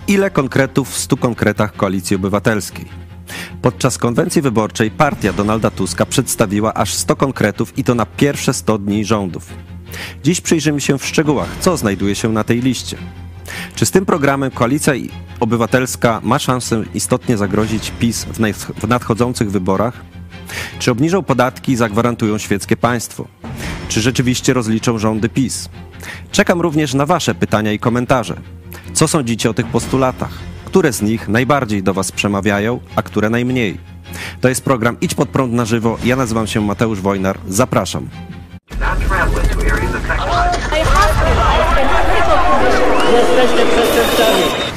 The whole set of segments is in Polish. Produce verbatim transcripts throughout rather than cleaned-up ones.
Ile konkretów w stu konkretach Koalicji Obywatelskiej? Podczas konwencji wyborczej partia Donalda Tuska przedstawiła aż sto konkretów i to na pierwsze sto dni rządów. Dziś przyjrzymy się w szczegółach, co znajduje się na tej liście. Czy z tym programem Koalicja Obywatelska ma szansę istotnie zagrozić PiS w nadchodzących wyborach? Czy obniżą podatki i zagwarantują świeckie państwo? Czy rzeczywiście rozliczą rządy PiS? Czekam również na wasze pytania i komentarze. Co sądzicie o tych postulatach? Które z nich najbardziej do was przemawiają, a które najmniej? To jest program Idź Pod Prąd na żywo. Ja nazywam się Mateusz Wojnar. Zapraszam. Jesteście przestępcami.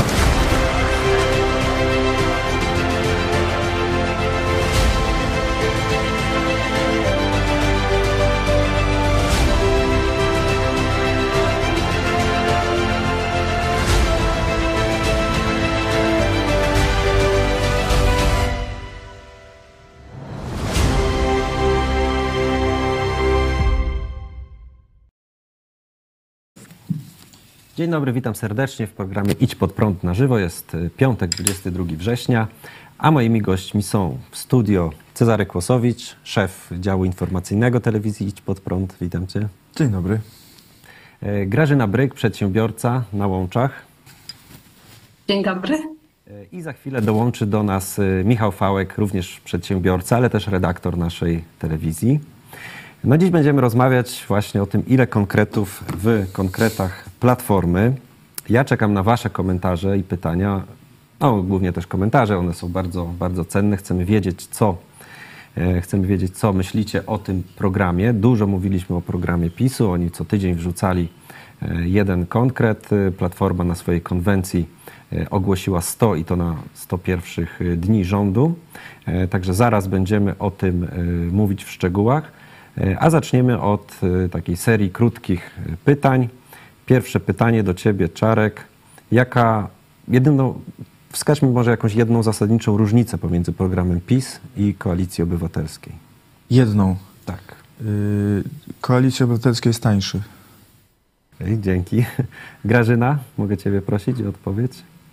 Dzień dobry, witam serdecznie w programie Idź Pod Prąd na żywo. Jest piątek, dwudziestego drugiego września, a moimi gośćmi są w studio Cezary Kłosowicz, szef działu informacyjnego telewizji Idź Pod Prąd. Witam cię. Dzień dobry. Grażyna Bryk, przedsiębiorca na Łączach. Dzień dobry. I za chwilę dołączy do nas Michał Fałek, również przedsiębiorca, ale też redaktor naszej telewizji. No dziś będziemy rozmawiać właśnie o tym, ile konkretów w konkretach Platformy. Ja czekam na wasze komentarze i pytania, no głównie też komentarze, one są bardzo, bardzo cenne. Chcemy wiedzieć, co, e, chcemy wiedzieć, co myślicie o tym programie. Dużo mówiliśmy o programie PiSu, oni co tydzień wrzucali e, jeden konkret. Platforma na swojej konwencji e, ogłosiła sto i to na sto pierwszych dni rządu. E, także zaraz będziemy o tym e, mówić w szczegółach. A zaczniemy od takiej serii krótkich pytań. Pierwsze pytanie do ciebie, Czarek. Jaka, jedyną, wskaż mi może jakąś jedną zasadniczą różnicę pomiędzy programem PiS i Koalicji Obywatelskiej. Jedną. Tak. Yy, Koalicja Obywatelska jest tańszy. Okay, dzięki. Grażyna, mogę ciebie prosić o odpowiedź?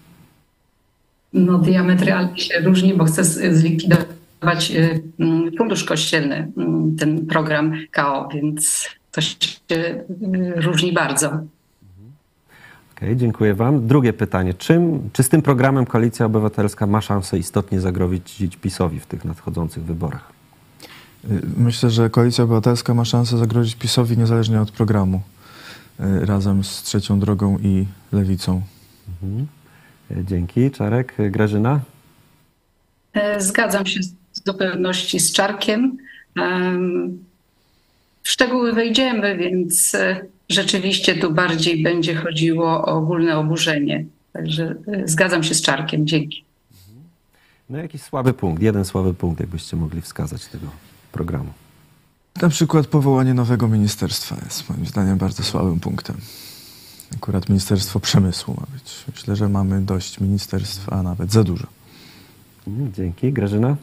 No diametralnie się różni, bo chcę zlikwidować Fundusz Kościelny, ten program K O, więc to się różni bardzo. Okej, okay, dziękuję wam. Drugie pytanie. Czym, czy z tym programem Koalicja Obywatelska ma szansę istotnie zagrozić PiS-owi w tych nadchodzących wyborach? Myślę, że Koalicja Obywatelska ma szansę zagrozić PiS-owi niezależnie od programu, razem z Trzecią Drogą i Lewicą. Mhm. Dzięki. Czarek. Grażyna? Zgadzam się z zupełności z Czarkiem. W szczegóły wejdziemy, więc rzeczywiście tu bardziej będzie chodziło o ogólne oburzenie. Także zgadzam się z Czarkiem. Dzięki. No jakiś słaby punkt, jeden słaby punkt, jakbyście mogli wskazać tego programu. Na przykład powołanie nowego ministerstwa jest moim zdaniem bardzo słabym punktem. Akurat Ministerstwo Przemysłu ma być. Myślę, że mamy dość ministerstw, a nawet za dużo. Dzięki. Grażyna?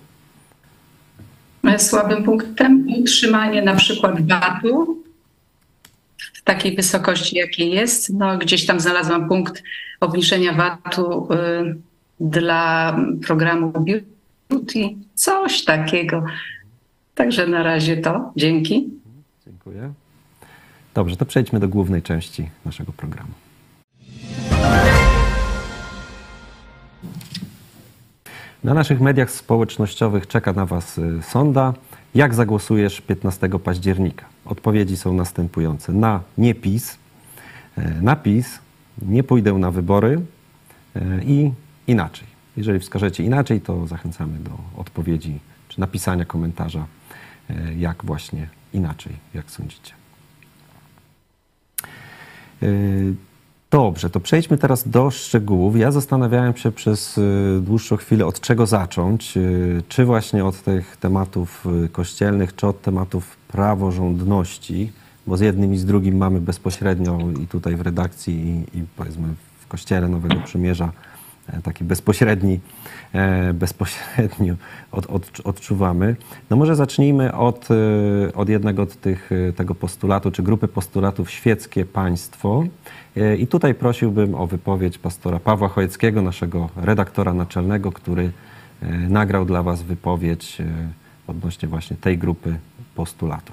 Słabym punktem utrzymanie na przykład V A T-u w takiej wysokości, jakiej jest. No, gdzieś tam znalazłam punkt obniżenia V A T-u y, dla programu Beauty. Coś takiego. Także na razie to. Dzięki. Dziękuję. Dobrze, to przejdźmy do głównej części naszego programu. Na naszych mediach społecznościowych czeka na was sonda. Jak zagłosujesz piętnastego października? Odpowiedzi są następujące. Na nie PiS, na PiS, nie pójdę na wybory i inaczej. Jeżeli wskażecie inaczej, to zachęcamy do odpowiedzi czy napisania komentarza, jak właśnie inaczej, jak sądzicie. Dobrze, to przejdźmy teraz do szczegółów. Ja zastanawiałem się przez dłuższą chwilę, od czego zacząć. Czy właśnie od tych tematów kościelnych, czy od tematów praworządności, bo z jednym i z drugim mamy bezpośrednio i tutaj w redakcji, i, i powiedzmy w Kościele Nowego Przymierza taki bezpośredni, bezpośrednio od, od, odczuwamy. No może zacznijmy od, od jednego od tych, tego postulatu, czy grupy postulatów świeckie państwo. I tutaj prosiłbym o wypowiedź pastora Pawła Chojeckiego, naszego redaktora naczelnego, który nagrał dla was wypowiedź odnośnie właśnie tej grupy postulatów.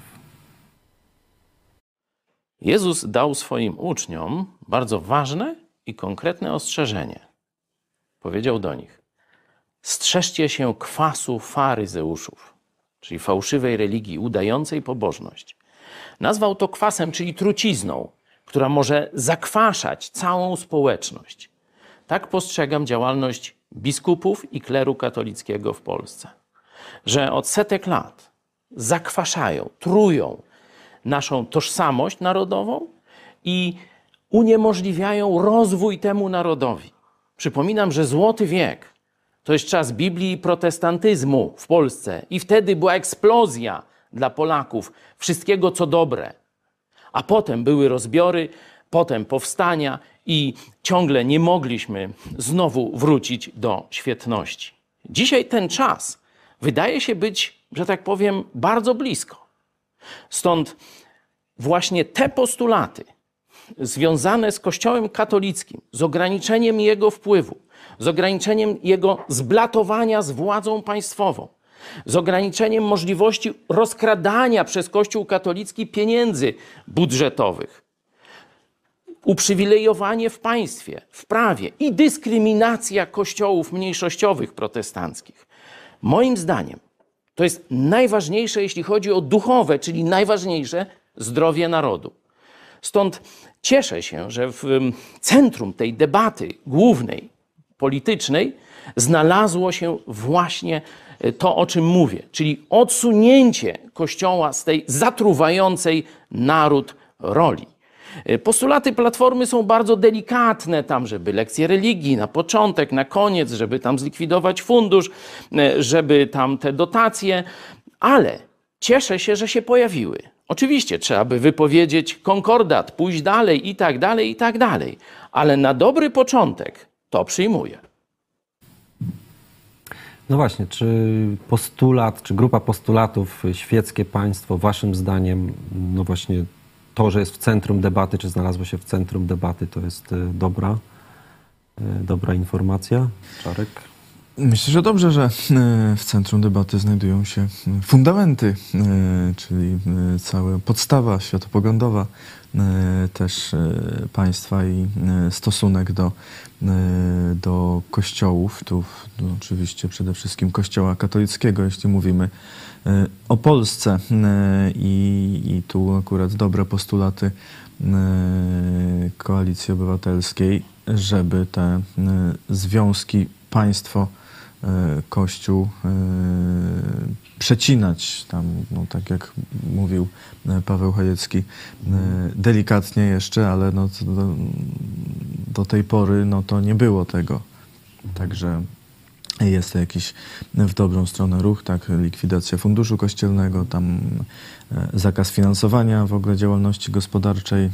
Jezus dał swoim uczniom bardzo ważne i konkretne ostrzeżenie. Powiedział do nich: strzeżcie się kwasu faryzeuszów, czyli fałszywej religii udającej pobożność. Nazwał to kwasem, czyli trucizną, która może zakwaszać całą społeczność. Tak postrzegam działalność biskupów i kleru katolickiego w Polsce, że od setek lat zakwaszają, trują naszą tożsamość narodową i uniemożliwiają rozwój temu narodowi. Przypominam, że złoty wiek to jest czas Biblii i protestantyzmu w Polsce i wtedy była eksplozja dla Polaków wszystkiego, co dobre. A potem były rozbiory, potem powstania i ciągle nie mogliśmy znowu wrócić do świetności. Dzisiaj ten czas wydaje się być, że tak powiem, bardzo blisko. Stąd właśnie te postulaty związane z Kościołem katolickim, z ograniczeniem jego wpływu, z ograniczeniem jego zblatowania z władzą państwową, z ograniczeniem możliwości rozkradania przez Kościół katolicki pieniędzy budżetowych, uprzywilejowanie w państwie, w prawie i dyskryminacja kościołów mniejszościowych protestanckich. Moim zdaniem to jest najważniejsze, jeśli chodzi o duchowe, czyli najważniejsze zdrowie narodu. Stąd cieszę się, że w centrum tej debaty głównej, politycznej, znalazło się właśnie to, o czym mówię, czyli odsunięcie Kościoła z tej zatruwającej naród roli. Postulaty Platformy są bardzo delikatne, tam, żeby lekcje religii na początek, na koniec, żeby tam zlikwidować fundusz, żeby tam te dotacje, ale cieszę się, że się pojawiły. Oczywiście trzeba by wypowiedzieć konkordat, pójść dalej i tak dalej, i tak dalej, ale na dobry początek to przyjmuję. No właśnie, czy postulat, czy grupa postulatów świeckie państwo, waszym zdaniem, no właśnie to, że jest w centrum debaty, czy znalazło się w centrum debaty, to jest dobra, dobra informacja? Czarek? Myślę, że dobrze, że w centrum debaty znajdują się fundamenty, czyli cała podstawa światopoglądowa też państwa i stosunek do, do kościołów, tu no oczywiście przede wszystkim Kościoła katolickiego, jeśli mówimy o Polsce i, i tu akurat dobre postulaty Koalicji Obywatelskiej, żeby te związki państwo, Kościół przecinać tam, no tak jak mówił Paweł Chojecki, delikatnie jeszcze, ale no do, do tej pory no to nie było tego. Także jest to jakiś w dobrą stronę ruch, tak, likwidacja funduszu kościelnego, tam zakaz finansowania w ogóle działalności gospodarczej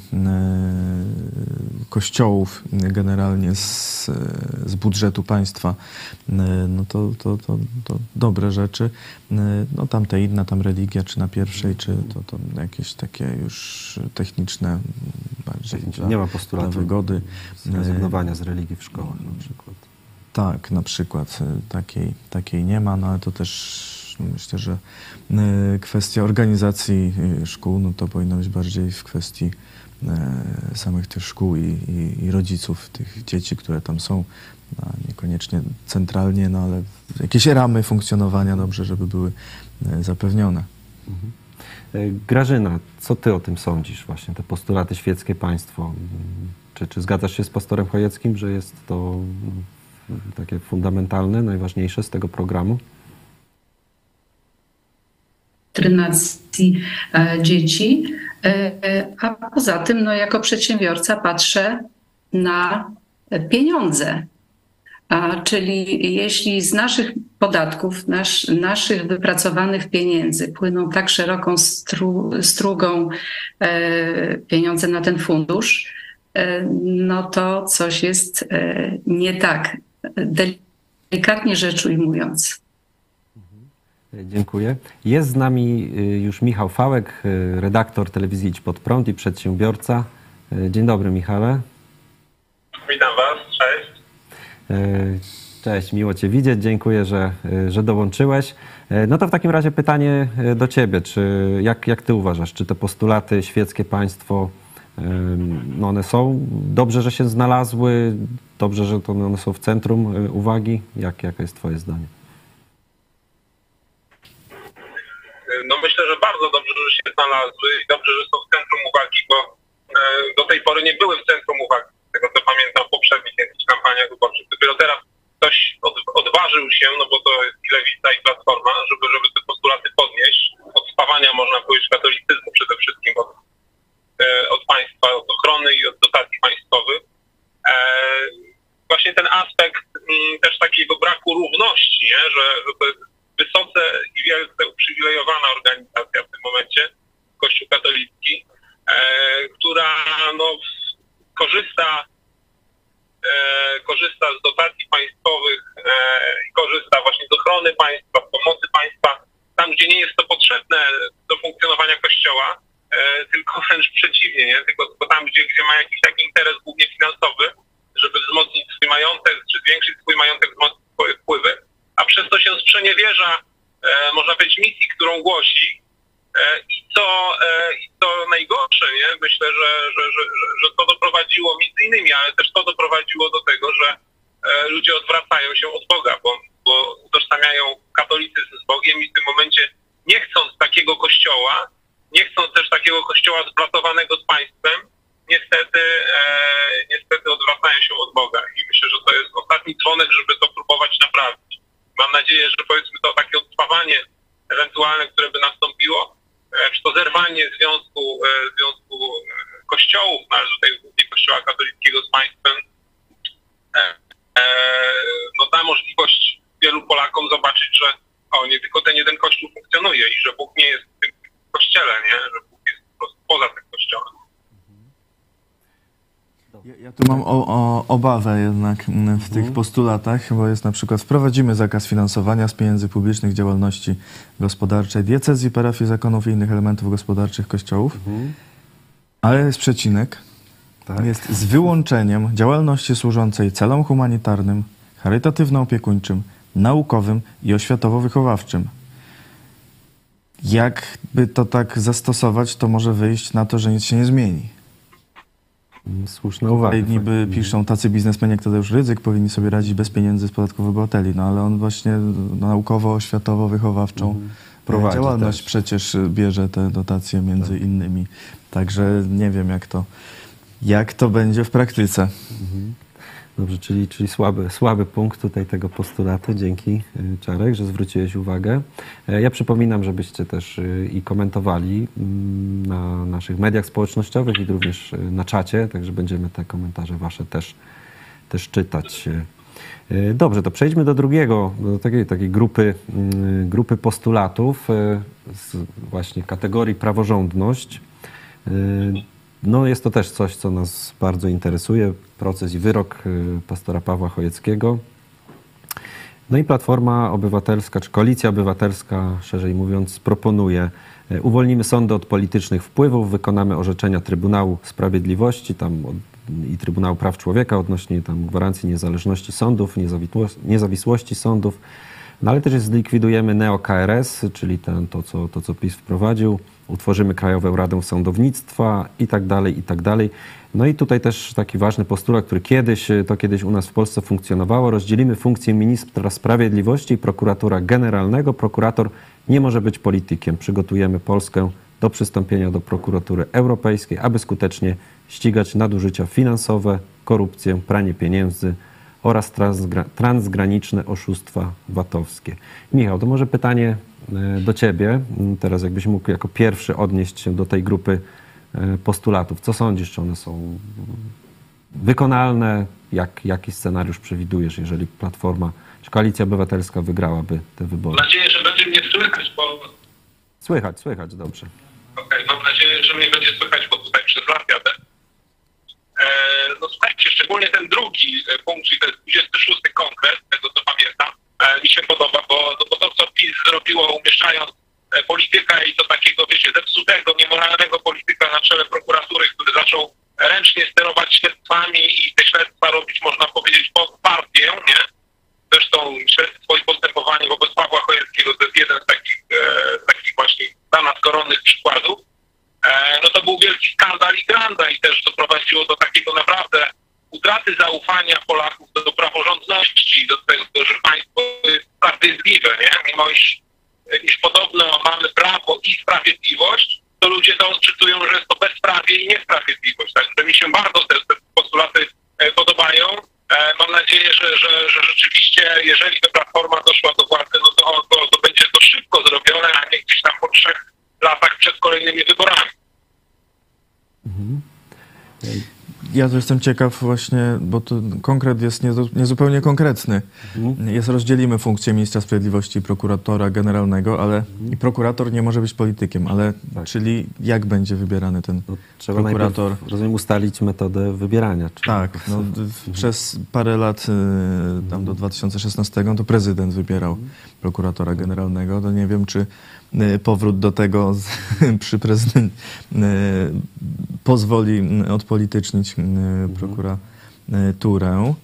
kościołów generalnie z, z budżetu państwa, no to, to, to, to dobre rzeczy. No tamte inna, tam religia, czy na pierwszej, czy to, to jakieś takie już techniczne, bardziej dla, nie ma postulatu dla wygody. Zrezygnowania z religii w szkołach na przykład. Tak, na przykład takiej, takiej nie ma, no ale to też myślę, że kwestia organizacji szkół, no to powinno być bardziej w kwestii samych tych szkół i, i, i rodziców tych dzieci, które tam są, no, niekoniecznie centralnie, no ale jakieś ramy funkcjonowania dobrze, żeby były zapewnione. Mhm. Grażyna, co ty o tym sądzisz właśnie, te postulaty świeckie państwo? Czy, czy zgadzasz się z pastorem Chojeckim, że jest to takie fundamentalne, najważniejsze z tego programu? Trynacji dzieci, a poza tym no, jako przedsiębiorca patrzę na pieniądze. A, czyli jeśli z naszych podatków, nasz, naszych wypracowanych pieniędzy płyną tak szeroką stru, strugą e, pieniądze na ten fundusz, e, no to coś jest e, nie tak. delikatnie rzecz ujmując. Dziękuję. Jest z nami już Michał Fałek, redaktor telewizji Idź Pod Prąd i przedsiębiorca. Dzień dobry, Michale. Witam Was, cześć. Cześć, miło Cię widzieć, dziękuję, że, że dołączyłeś. No to w takim razie pytanie do Ciebie, czy jak, jak Ty uważasz, czy te postulaty świeckie państwo, no one są, dobrze, że się znalazły, dobrze, że to one są w centrum uwagi? Jak, jakie jest Twoje zdanie? No myślę, że bardzo dobrze, że się znalazły i dobrze, że są w centrum uwagi, bo do tej pory nie były w centrum uwagi, z tego co pamiętam w poprzednich jakichś kampaniach wyborczych. Dopiero teraz ktoś od, odważył się, no bo to jest i Lewica i Platforma, żeby, żeby te postulaty podnieść. Od spawania, można powiedzieć, katolicyzmu przede wszystkim od, od państwa, od ochrony i od dotacji państwowych. E, właśnie ten aspekt m, też takiego braku równości, nie? Że, że to jest wysoce i wielce uprzywilejowana organizacja w tym momencie, Kościół katolicki, e, która no, korzysta, e, korzysta z dotacji państwowych e, i korzysta właśnie z ochrony państwa, z pomocy państwa, tam gdzie nie jest to potrzebne do funkcjonowania Kościoła, e, tylko wręcz przeciwnie, nie? Tylko, tylko tam, gdzie, gdzie ma jakiś taki interes głównie finansowy, żeby wzmocnić swój majątek, czy zwiększyć swój majątek, wzmocnić swoje wpływy, a przez to się sprzeniewierza, e, można powiedzieć, misji, którą głosi. E, I co, e, i co najgorsze, nie? Myślę, że, że, że, że to doprowadziło między innymi, ale też to doprowadziło do tego, że e, ludzie odwracają się od Boga, bo, bo utożsamiają katolicyzm z Bogiem i w tym momencie, nie chcąc takiego kościoła, nie chcąc też takiego kościoła zblatowanego z państwem, niestety, e, niestety odwracają się od Boga. I myślę, że to jest ostatni dzwonek, żeby to próbować naprawić. Mam nadzieję, że powiedzmy to takie odtrwanie ewentualne, które by nastąpiło, czy to zerwanie związku, związku kościołów, należy tutaj głównie kościoła katolickiego z państwem, no da możliwość wielu Polakom zobaczyć, że o, nie tylko ten jeden kościół funkcjonuje i że Bóg nie jest w tym kościele, nie? Że Bóg jest po prostu poza tym kościołem. Ja, ja tu mam o, o, obawę jednak w tych postulatach, bo jest na przykład wprowadzimy zakaz finansowania z pieniędzy publicznych działalności gospodarczej diecezji, parafii, zakonów i innych elementów gospodarczych kościołów, mhm. ale jest przecinek, tak. Jest z wyłączeniem działalności służącej celom humanitarnym, charytatywno-opiekuńczym, naukowym i oświatowo-wychowawczym. Jakby to tak zastosować, to może wyjść na to, że nic się nie zmieni. Słuszna uwaga. Tutaj niby piszą, tacy biznesmeni jak Tadeusz Rydzyk powinni sobie radzić bez pieniędzy z podatków obywateli, no ale on właśnie naukowo, oświatowo, wychowawczą mm. prowadzi działalność też. Przecież bierze te dotacje między tak. innymi. Także nie wiem jak to, jak to będzie w praktyce. Mhm. Dobrze, czyli, czyli słaby, słaby punkt tutaj tego postulatu. Dzięki, Czarek, że zwróciłeś uwagę. Ja przypominam, żebyście też i komentowali na naszych mediach społecznościowych i również na czacie, także będziemy te komentarze wasze też, też czytać. Dobrze, to przejdźmy do drugiego, do takiej, takiej grupy, grupy postulatów z właśnie kategorii praworządność. No jest to też coś, co nas bardzo interesuje, proces i wyrok pastora Pawła Chojeckiego. No i Platforma Obywatelska, czy Koalicja Obywatelska, szerzej mówiąc, proponuje: uwolnimy sądy od politycznych wpływów, wykonamy orzeczenia Trybunału Sprawiedliwości tam i Trybunału Praw Człowieka odnośnie tam gwarancji niezależności sądów, niezawisłości sądów, no ale też zlikwidujemy neo-K R S, czyli ten, to, co, to, co PiS wprowadził, utworzymy Krajową Radę Sądownictwa i tak dalej, i tak dalej. No i tutaj też taki ważny postulat, który kiedyś, to kiedyś u nas w Polsce funkcjonowało. Rozdzielimy funkcję ministra sprawiedliwości i prokuratora generalnego. Prokurator nie może być politykiem. Przygotujemy Polskę do przystąpienia do prokuratury europejskiej, aby skutecznie ścigać nadużycia finansowe, korupcję, pranie pieniędzy oraz transgra- transgraniczne oszustwa VAT-owskie. Michał, to może pytanie do ciebie. Teraz jakbyś mógł jako pierwszy odnieść się do tej grupy postulatów. Co sądzisz, czy one są wykonalne? Jak, jaki scenariusz przewidujesz, jeżeli Platforma czy Koalicja Obywatelska wygrałaby te wybory? Mam nadzieję, że będzie mnie słychać, bo... Słychać, słychać, dobrze. Okej, okay, mam nadzieję, że mnie będzie słychać, bo tutaj przez las jadę. E, no słuchajcie, szczególnie szczególnie ten drugi punkt, czyli ten dwudziesty szósty konkret, tego co pamiętam, mi się podoba, bo, bo to, co PiS zrobiło, umieszczając polityka i to takiego, wiecie, zepsutego, niemoralnego polityka na czele prokuratury, który zaczął ręcznie sterować śledztwami i te śledztwa robić, można powiedzieć, pod partię, nie? Zresztą śledztwo i postępowanie wobec Pawła Chojeckiego to jest jeden z takich, e, takich właśnie dla nas koronnych przykładów. E, no to był wielki skandal i granda i też doprowadziło do takiego naprawdę utraty zaufania Polaków do, do praworządności, do tego, że państwo jest sprawiedliwe, nie? Mimo iż, iż podobno mamy prawo i sprawiedliwość, to ludzie to odczytują, że jest to bezprawie i niesprawiedliwość. Także mi się bardzo te, te postulaty podobają. Mam nadzieję, że, że, że rzeczywiście, jeżeli ta Platforma doszła do władzy, no to, to, to będzie to szybko zrobione, a nie gdzieś tam po trzech latach przed kolejnymi wyborami. Mhm. Ja to jestem ciekaw właśnie, bo to konkret jest niezupełnie konkretny. Mhm. Jest, rozdzielimy funkcję ministra sprawiedliwości i prokuratora generalnego, ale mhm. i prokurator nie może być politykiem, ale tak. Czyli jak będzie wybierany ten no, trzeba prokurator? Najpierw, rozumiem, ustalić metodę wybierania. Czy tak, no, mhm. przez parę lat, tam mhm. do dwa tysiące szesnastego, to prezydent wybierał mhm. prokuratora generalnego. To nie wiem, czy powrót do tego z, przy prezydencie pozwoli odpolitycznić prokuraturę.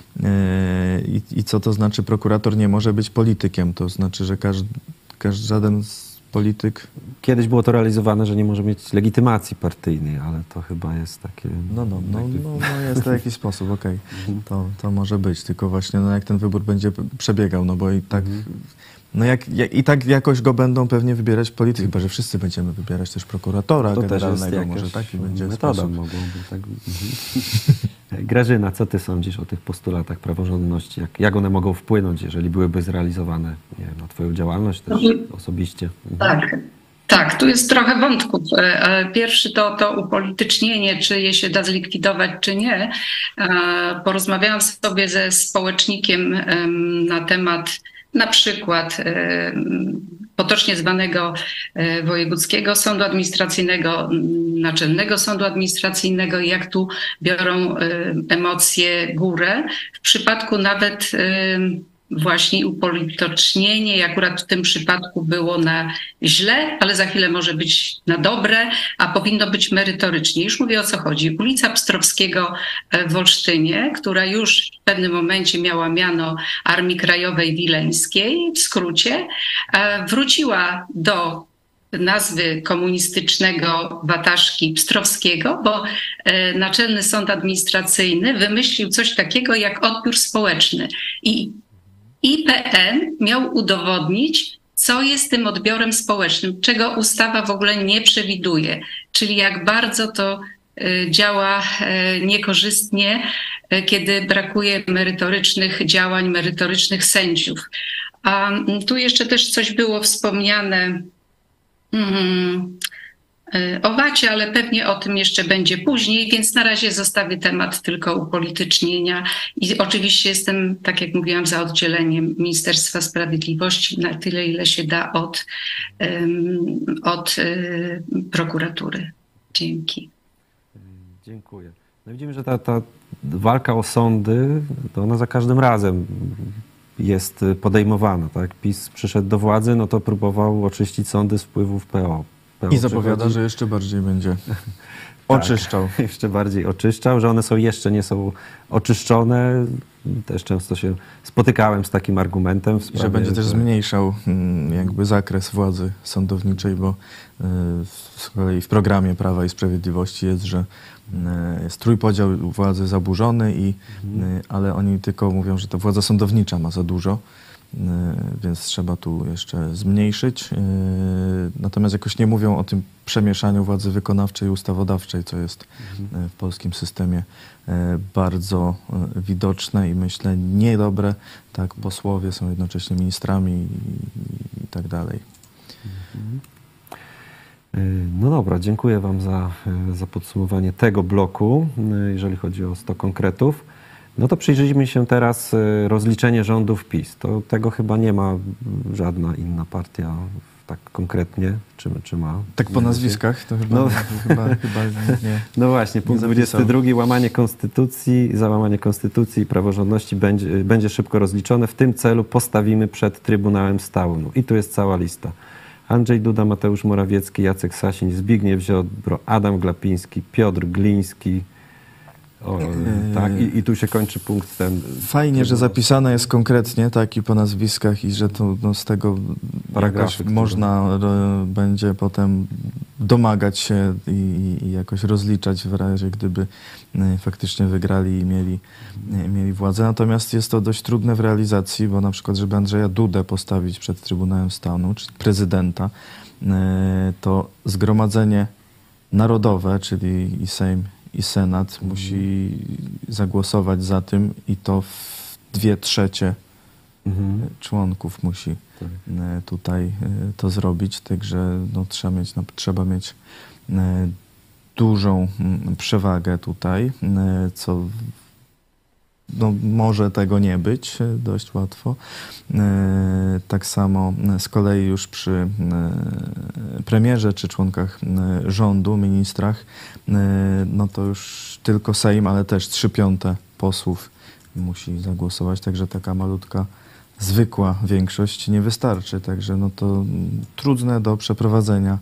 I, I co to znaczy? Prokurator nie może być politykiem. To znaczy, że każdy, każdy żaden z polityk... Kiedyś było to realizowane, że nie może mieć legitymacji partyjnej, ale to chyba jest takie... No, no, no, no, no jest to w jakiś sposób, okej. Okay. To, to może być. Tylko właśnie no, jak ten wybór będzie przebiegał, no bo i tak... No jak, jak, i tak jakoś go będą pewnie wybierać politycy, chyba że wszyscy będziemy wybierać też prokuratora to generalnego, też może taki będzie metoda sposób. Mogłoby, tak. Grażyna, co ty sądzisz o tych postulatach praworządności? Jak, jak one mogą wpłynąć, jeżeli byłyby zrealizowane, nie wiem, na twoją działalność też osobiście? Tak. Tak, tu jest trochę wątków. Pierwszy to, to upolitycznienie, czy je się da zlikwidować, czy nie. Porozmawiałam sobie ze społecznikiem na temat na przykład potocznie zwanego Wojewódzkiego Sądu Administracyjnego, Naczelnego Sądu Administracyjnego i jak tu biorą emocje górę. W przypadku nawet właśnie upolitycznienie i akurat w tym przypadku było na źle, ale za chwilę może być na dobre, a powinno być merytorycznie. Już mówię, o co chodzi. Ulica Pstrowskiego w Olsztynie, która już w pewnym momencie miała miano Armii Krajowej Wileńskiej, w skrócie, wróciła do nazwy komunistycznego Wataszki Pstrowskiego, bo Naczelny Sąd Administracyjny wymyślił coś takiego jak odbiór społeczny. I I P N miał udowodnić, co jest tym odbiorem społecznym, czego ustawa w ogóle nie przewiduje, czyli jak bardzo to działa niekorzystnie, kiedy brakuje merytorycznych działań, merytorycznych sędziów. A tu jeszcze też coś było wspomniane hmm, o wacie, ale pewnie o tym jeszcze będzie później, więc na razie zostawię temat tylko upolitycznienia. I oczywiście jestem, tak jak mówiłam, za oddzieleniem Ministerstwa Sprawiedliwości na tyle, ile się da od, um, od um, prokuratury. Dzięki. Dziękuję. No widzimy, że ta, ta walka o sądy, to ona za każdym razem jest podejmowana. Tak? PiS przyszedł do władzy, no to próbował oczyścić sądy z wpływów P O. I zapowiada, przychodzi, że jeszcze bardziej będzie oczyszczał. Tak, jeszcze bardziej oczyszczał, że one są jeszcze nie są oczyszczone. Też często się spotykałem z takim argumentem. W sprawie, że będzie że... też zmniejszał jakby zakres władzy sądowniczej, bo z kolei w programie Prawa i Sprawiedliwości jest, że jest trójpodział władzy zaburzony, i, mhm. ale oni tylko mówią, że ta władza sądownicza ma za dużo. Więc trzeba tu jeszcze zmniejszyć. Natomiast jakoś nie mówią o tym przemieszaniu władzy wykonawczej i ustawodawczej, co jest w polskim systemie bardzo widoczne i myślę niedobre. Tak, posłowie są jednocześnie ministrami i, i tak dalej. No dobra, dziękuję wam za, za podsumowanie tego bloku, jeżeli chodzi o sto konkretów. No to przyjrzyjmy się teraz rozliczenie rządów PiS. To tego chyba nie ma żadna inna partia tak konkretnie, czy, czy ma? Tak po nazwiskach? To chyba, No. chyba, chyba nie. No właśnie, punkt zapisał. dwudziesty drugi. Łamanie konstytucji, załamanie konstytucji i praworządności będzie, będzie szybko rozliczone. W tym celu postawimy przed Trybunałem Stanu. I tu jest cała lista. Andrzej Duda, Mateusz Morawiecki, Jacek Sasin, Zbigniew Ziobro, Adam Glapiński, Piotr Gliński. O, tak, i, i tu się kończy punkt ten. Fajnie, że zapisane jest konkretnie, tak, i po nazwiskach i że to no, z tego Paragrafy, jakoś które- można e, będzie potem domagać się i, i jakoś rozliczać w razie, gdyby e, faktycznie wygrali i mieli, e, mieli władzę. Natomiast jest to dość trudne w realizacji, bo na przykład, żeby Andrzeja Dudę postawić przed Trybunałem Stanu, czy prezydenta, e, to Zgromadzenie Narodowe, czyli i Sejm, i Senat musi zagłosować za tym i to w dwie trzecie Mhm. członków musi Tak. e, tutaj e, to zrobić, także no, trzeba mieć, no, trzeba mieć e, dużą mm, przewagę tutaj, e, co no, może tego nie być e, dość łatwo. E, tak samo e, z kolei już przy e, premierze czy członkach e, rządu, ministrach, e, no to już tylko Sejm, ale też trzy piąte posłów musi zagłosować, także taka malutka, zwykła większość nie wystarczy, także no to mm, trudne do przeprowadzenia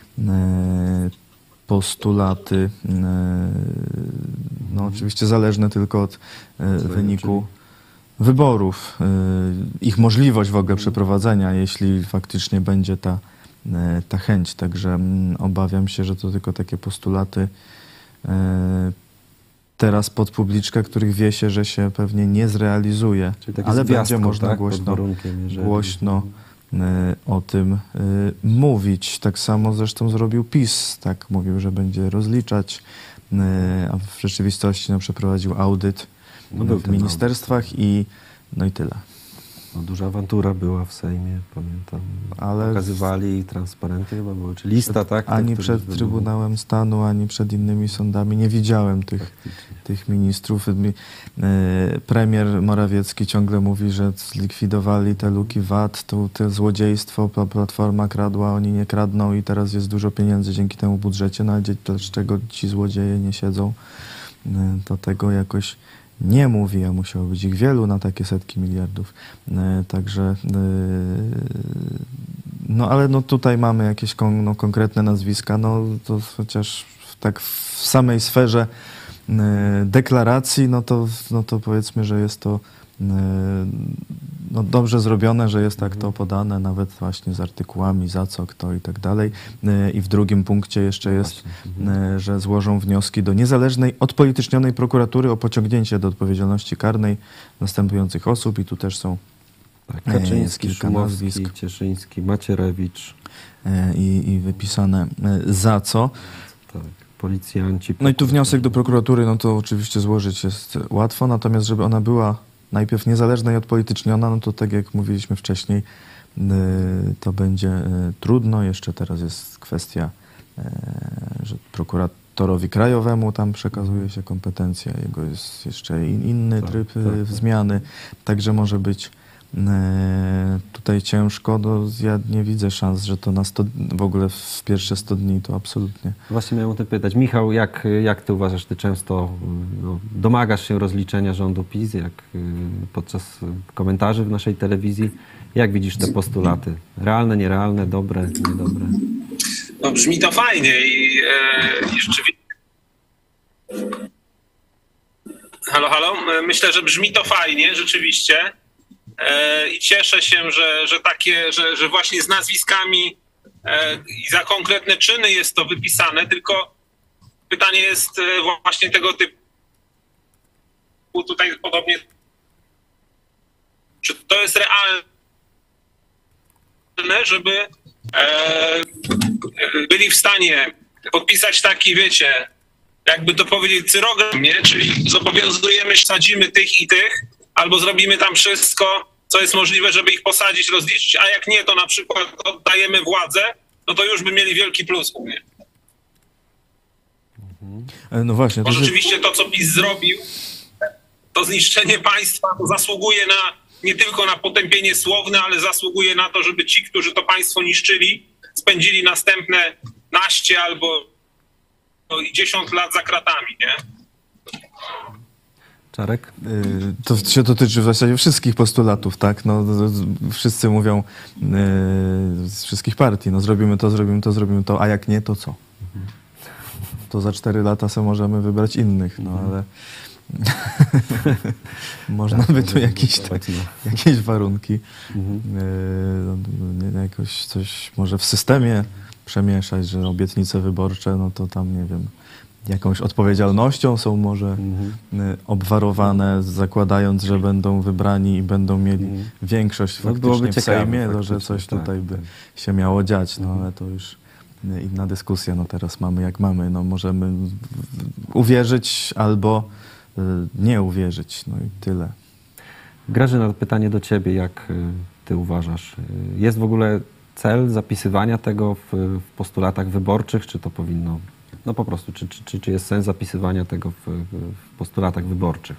e, postulaty, e, no oczywiście zależne tylko od e, wyniku wyborów, e, ich możliwość w ogóle przeprowadzenia, jeśli faktycznie będzie ta, e, ta chęć, także mm, obawiam się, że to tylko takie postulaty e, teraz pod publiczkę, których wie się, że się pewnie nie zrealizuje, Czyli takie ale z gwiazdką, będzie można tak? Pod głośno, warunkiem, jeżeli- głośno e, o tym e, mówić. Tak samo zresztą zrobił PiS, tak mówił, że będzie rozliczać, e, a w rzeczywistości no, przeprowadził audyt No był w ten ministerstwach i no i tyle. No, duża awantura była w Sejmie, pamiętam. Ale Pokazywali transparenty chyba były, czy lista, tak? Ani tych, przed którzy- Trybunałem Stanu, ani przed innymi sądami nie widziałem tych, Faktycznie. tych ministrów. Mi- e, Premier Morawiecki ciągle mówi, że zlikwidowali te luki V A T, to, to złodziejstwo, pla- Platforma kradła, oni nie kradną i teraz jest dużo pieniędzy dzięki temu budżecie, no ale gdzie- dlaczego ci złodzieje nie siedzą, e, to tego jakoś nie mówi, a musiało być ich wielu na takie setki miliardów. E, Także e, no ale no tutaj mamy jakieś kon, no, konkretne nazwiska, no to chociaż w- tak w samej sferze e, deklaracji, no to, no to powiedzmy, że jest to e, no, dobrze zrobione, że jest tak to podane, nawet właśnie z artykułami, za co, kto i tak dalej. E, I w drugim punkcie jeszcze jest, e, że złożą wnioski do niezależnej, odpolitycznionej prokuratury o pociągnięcie do odpowiedzialności karnej następujących osób i tu też są Tak, e, Kaczyński, kilka Szumowski, nazwisk. Cieszyński, Macierewicz, e, i, i wypisane e, za co. tak, policjanci. No i tu wniosek do prokuratury, no to oczywiście złożyć jest łatwo, natomiast żeby ona była najpierw niezależna i odpolityczniona, no to tak jak mówiliśmy wcześniej, y, to będzie y, trudno. Jeszcze teraz jest kwestia, y, że prokuratorowi krajowemu tam przekazuje się kompetencja, jego jest jeszcze in, inny Tak, tryb tak, y, tak. zmiany, także może być e, tutaj ciężko. No, ja nie widzę szans, że to na sto, w ogóle w pierwsze sto dni to absolutnie. Właśnie miałem o tym pytać. Michał, jak, jak ty uważasz, ty często no, domagasz się rozliczenia rządu PiS, jak y, podczas y, komentarzy w naszej telewizji. Jak widzisz te postulaty? Realne, nierealne, dobre, niedobre? No brzmi to fajnie i, e, i rzeczywiście... Halo, halo? E, Myślę, że brzmi to fajnie, rzeczywiście. E, I cieszę się, że, że takie, że, że właśnie z nazwiskami e, i za konkretne czyny jest to wypisane, tylko pytanie jest e, właśnie tego typu. Tutaj podobnie, czy to jest realne, żeby e, byli w stanie podpisać taki, wiecie, jakby to powiedzieć, cyrogram, nie? Czyli zobowiązujemy się, sadzimy tych i tych, albo zrobimy tam wszystko, co jest możliwe, żeby ich posadzić, rozliczyć, a jak nie, to na przykład oddajemy władzę, no to już by mieli wielki plus u mnie. E, No właśnie, Bo to się, rzeczywiście to, co PiS zrobił, to zniszczenie państwa, to zasługuje na nie tylko na potępienie słowne, ale zasługuje na to, żeby ci, którzy to państwo niszczyli, spędzili następne naście albo dziesiąt lat za kratami, nie? Czarek? To się dotyczy w zasadzie wszystkich postulatów, tak? No, wszyscy mówią yy, z wszystkich partii, no zrobimy to, zrobimy to, zrobimy to, a jak nie, to co? To za cztery lata sobie możemy wybrać innych, no ale można by tu jakieś, tak, jakieś warunki, yy, jakoś coś może w systemie przemieszać, że obietnice wyborcze, no to tam, nie wiem, jakąś odpowiedzialnością są może mhm. obwarowane, zakładając, że będą wybrani i będą mieli mhm. większość no, faktycznie w ciekawe, Sejmie, to, że coś tak, tutaj by tak. się miało dziać, no mhm. ale to już inna dyskusja, no teraz mamy jak mamy, no możemy uwierzyć albo nie uwierzyć, no i tyle. Grażyna, pytanie do ciebie, jak ty uważasz? Jest w ogóle cel zapisywania tego w, w postulatach wyborczych, czy to powinno... No po prostu, czy, czy, czy jest sens zapisywania tego w, w postulatach wyborczych?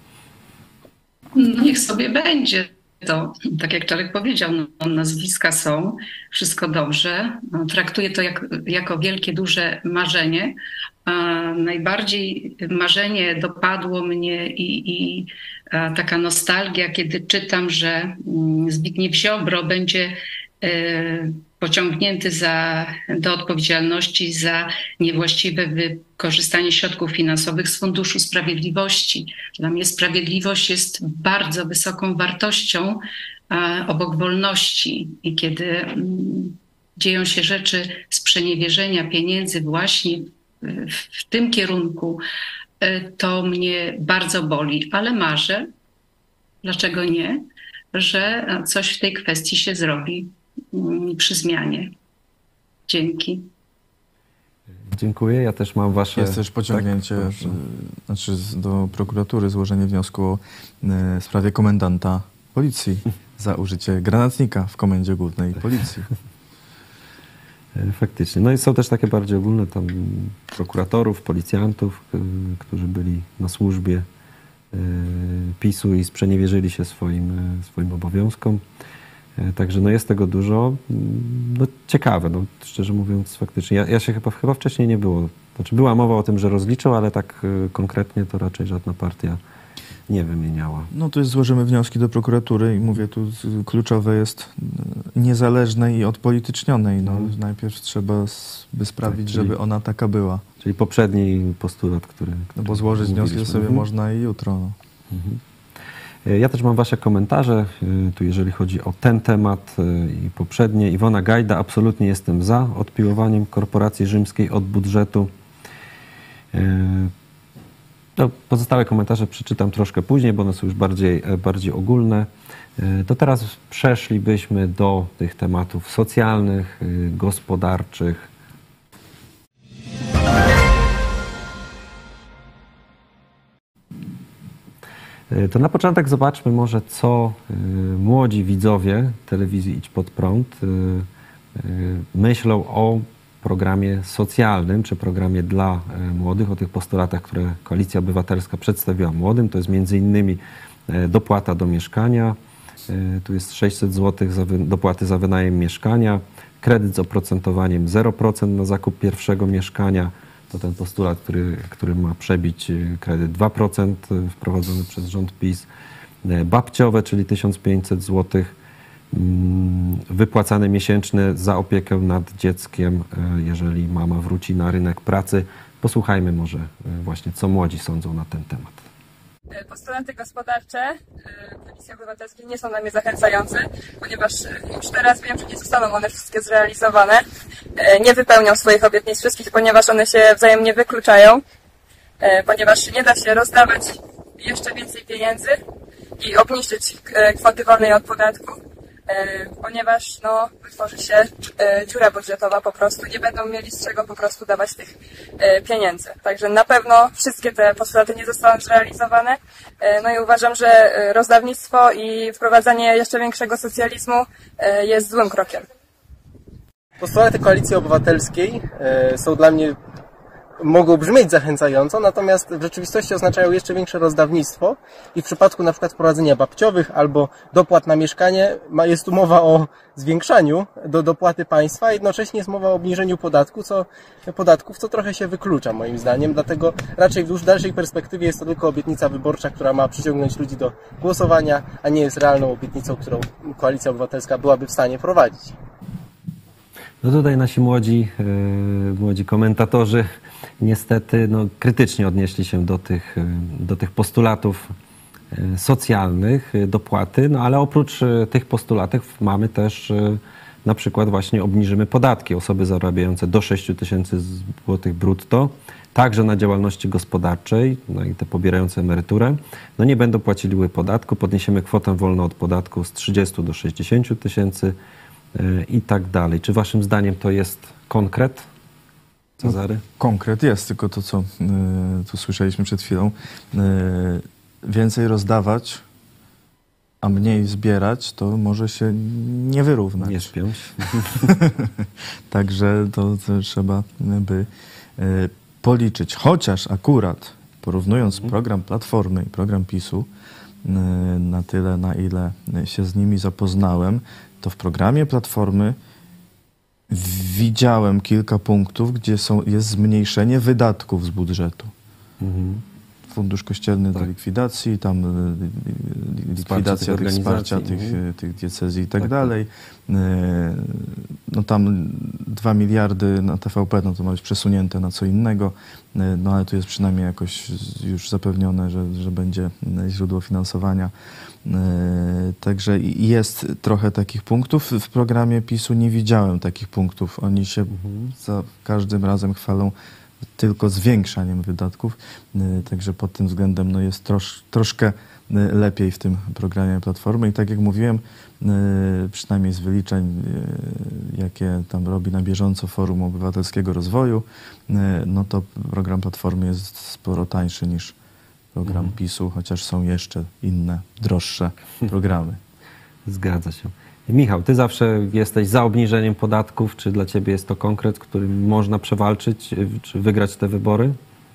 Niech sobie będzie. To, tak jak Czarek powiedział, no, nazwiska są, wszystko dobrze. No, traktuję to jak, jako wielkie, duże marzenie. A najbardziej marzenie dopadło mnie i, i a, taka nostalgia, kiedy czytam, że Zbigniew Ziobro będzie y, pociągnięty za, do odpowiedzialności za niewłaściwe wykorzystanie środków finansowych z Funduszu Sprawiedliwości. Dla mnie sprawiedliwość jest bardzo wysoką wartością a, obok wolności. I kiedy mm, dzieją się rzeczy sprzeniewierzenia pieniędzy właśnie w, w tym kierunku, y, to mnie bardzo boli. Ale marzę, dlaczego nie, że coś w tej kwestii się zrobi przy zmianie. Dzięki. Dziękuję. Ja też mam wasze... Jest też pociągnięcie tak, znaczy do prokuratury, złożenie wniosku o y, sprawie komendanta policji za użycie granatnika w Komendzie Głównej Policji. Faktycznie. No i są też takie bardziej ogólne tam prokuratorów, policjantów, y, którzy byli na służbie y, PiS-u i sprzeniewierzyli się swoim, y, swoim obowiązkom. Także no jest tego dużo. No ciekawe, no szczerze mówiąc faktycznie. Ja, ja się chyba, chyba wcześniej nie było. Znaczy była mowa o tym, że rozliczył, ale tak y, konkretnie to raczej żadna partia nie wymieniała. No to jest, złożymy wnioski do prokuratury i mówię, tu kluczowe jest niezależnej i odpolitycznionej. No, hmm. Najpierw trzeba by sprawić, tak, czyli, żeby ona taka była. Czyli poprzedni postulat, który... który no bo złożyć wnioski sobie mhm. można i jutro. No. Mhm. Ja też mam wasze komentarze, tu jeżeli chodzi o ten temat i poprzednie. Iwona Gajda, absolutnie jestem za odpiłowaniem korporacji rzymskiej od budżetu. No, pozostałe komentarze przeczytam troszkę później, bo one są już bardziej, bardziej ogólne. To teraz przeszlibyśmy do tych tematów socjalnych, gospodarczych. To na początek zobaczmy może, co młodzi widzowie telewizji Idź Pod Prąd myślą o programie socjalnym, czy programie dla młodych, o tych postulatach, które Koalicja Obywatelska przedstawiła młodym. To jest między innymi dopłata do mieszkania, tu jest sześćset złotych za dopłaty za wynajem mieszkania, kredyt z oprocentowaniem zero procent na zakup pierwszego mieszkania. To ten postulat, który, który ma przebić kredyt dwa procent wprowadzony przez rząd PiS. Babciowe, czyli tysiąc pięćset złotych, wypłacane miesięczne za opiekę nad dzieckiem, jeżeli mama wróci na rynek pracy. Posłuchajmy może właśnie, co młodzi sądzą na ten temat. Postulaty gospodarcze Koalicji Obywatelskiej nie są dla mnie zachęcające, ponieważ już teraz wiem, że nie zostaną one wszystkie zrealizowane. Nie wypełnią swoich obietnic wszystkich, ponieważ one się wzajemnie wykluczają, ponieważ nie da się rozdawać jeszcze więcej pieniędzy i obniżyć kwoty wolnej od podatku, ponieważ no, wytworzy się dziura budżetowa po prostu, nie będą mieli z czego po prostu dawać tych pieniędzy. Także na pewno wszystkie te postulaty nie zostaną zrealizowane. No i uważam, że rozdawnictwo i wprowadzanie jeszcze większego socjalizmu jest złym krokiem. Postulaty Koalicji Obywatelskiej są dla mnie mogą brzmieć zachęcająco, natomiast w rzeczywistości oznaczają jeszcze większe rozdawnictwo i w przypadku na przykład wprowadzenia babciowych albo dopłat na mieszkanie jest tu mowa o zwiększaniu do dopłaty państwa, a jednocześnie jest mowa o obniżeniu podatku, co, podatków, co trochę się wyklucza moim zdaniem, dlatego raczej w dalszej perspektywie jest to tylko obietnica wyborcza, która ma przyciągnąć ludzi do głosowania, a nie jest realną obietnicą, którą Koalicja Obywatelska byłaby w stanie prowadzić. No tutaj nasi młodzi, yy, młodzi komentatorzy niestety no, krytycznie odnieśli się do tych, yy, do tych postulatów yy, socjalnych, yy, dopłaty, no ale oprócz yy, tych postulatów mamy też yy, na przykład właśnie obniżymy podatki. Osoby zarabiające do sześć tysięcy złotych brutto, także na działalności gospodarczej, no i te pobierające emeryturę, no nie będą płaciły podatku. Podniesiemy kwotę wolną od podatku z trzydziestu do sześćdziesięciu tysięcy i tak dalej. Czy waszym zdaniem to jest konkret, Cezary? No, konkret jest, tylko to, co y, tu słyszeliśmy przed chwilą. Y, więcej rozdawać, a mniej zbierać, to może się nie wyrównać. Nie spiąć. Także to, to trzeba by y, policzyć. Chociaż akurat porównując mhm. program Platformy i program PiSu, y, na tyle, na ile się z nimi zapoznałem, to w programie Platformy widziałem kilka punktów, gdzie są, jest zmniejszenie wydatków z budżetu. Mhm. Fundusz Kościelny tak. do likwidacji, tam likwidacja tych wsparcia tych, mhm. tych diecezji i tak, tak dalej. Tak. No tam dwa miliardy na T V P, no to ma być przesunięte na co innego, no ale tu jest przynajmniej jakoś już zapewnione, że, że będzie źródło finansowania. Także jest trochę takich punktów. W programie PiSu nie widziałem takich punktów. Oni się mhm. za każdym razem chwalą tylko zwiększaniem wydatków. Także pod tym względem no jest trosz, troszkę lepiej w tym programie Platformy. I tak jak mówiłem, przynajmniej z wyliczeń, jakie tam robi na bieżąco Forum Obywatelskiego Rozwoju, no to program Platformy jest sporo tańszy niż program mhm. PiSu, chociaż są jeszcze inne, droższe programy. Zgadza się. Michał, ty zawsze jesteś za obniżeniem podatków. Czy dla ciebie jest to konkret, którym można przewalczyć, czy wygrać te wybory?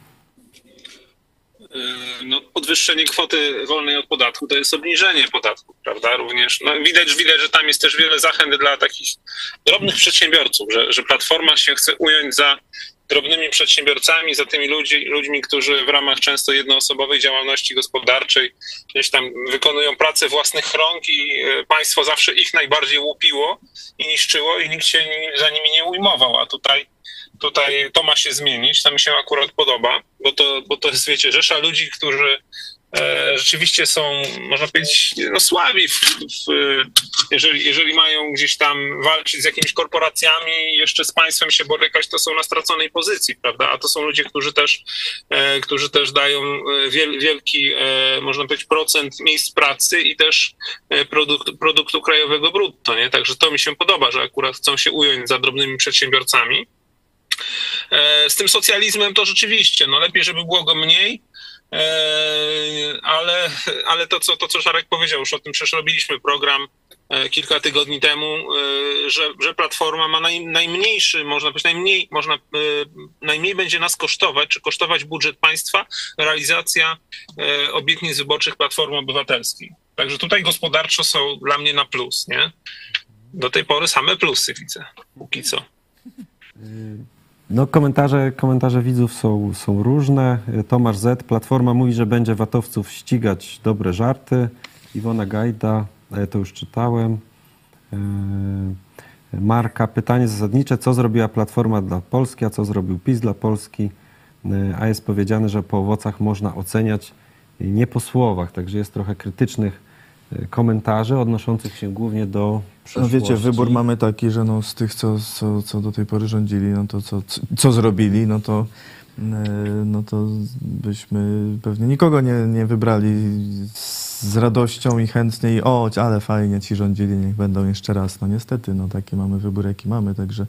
No, podwyższenie kwoty wolnej od podatku to jest obniżenie podatku, prawda? Również no, widać, widać, że tam jest też wiele zachęt dla takich drobnych przedsiębiorców, że, że Platforma się chce ująć za drobnymi przedsiębiorcami, za tymi ludzi, ludźmi, którzy w ramach często jednoosobowej działalności gospodarczej gdzieś tam wykonują pracę własnych rąk i państwo zawsze ich najbardziej łupiło i niszczyło i nikt się za nimi nie ujmował, a tutaj Tutaj to ma się zmienić, to mi się akurat podoba, bo to, bo to jest, wiecie, rzesza ludzi, którzy e, rzeczywiście są, można powiedzieć, no, słabi, w, w, jeżeli, jeżeli mają gdzieś tam walczyć z jakimiś korporacjami, jeszcze z państwem się borykać, to są na straconej pozycji, prawda? A to są ludzie, którzy też, e, którzy też dają wiel, wielki, e, można powiedzieć, procent miejsc pracy i też produkt, produktu krajowego brutto, nie? Także to mi się podoba, że akurat chcą się ująć za drobnymi przedsiębiorcami. Z tym socjalizmem to rzeczywiście, no lepiej, żeby było go mniej, ale, ale to, co, to, co Szarek powiedział, już o tym przecież robiliśmy program kilka tygodni temu, że, że Platforma ma naj, najmniejszy, można powiedzieć, najmniej, można, najmniej będzie nas kosztować, czy kosztować budżet państwa, realizacja obietnic wyborczych Platformy Obywatelskiej. Także tutaj gospodarczo są dla mnie na plus, nie? Do tej pory same plusy widzę, póki co. No komentarze, komentarze widzów są, są różne. Tomasz Z. Platforma mówi, że będzie watowców ścigać dobre żarty. Iwona Gajda, to już czytałem. Marka, pytanie zasadnicze. Co zrobiła Platforma dla Polski, a co zrobił PiS dla Polski? A jest powiedziane, że po owocach można oceniać, nie po słowach. Także jest trochę krytycznych komentarzy odnoszących się głównie do przeszłości. No wiecie, wybór mamy taki, że no z tych, co, co, co do tej pory rządzili, no to co, co zrobili, no to, no to byśmy pewnie nikogo nie, nie wybrali z radością i chętnie i o, ale fajnie ci rządzili, niech będą jeszcze raz. No niestety, no taki mamy wybór, jaki mamy, także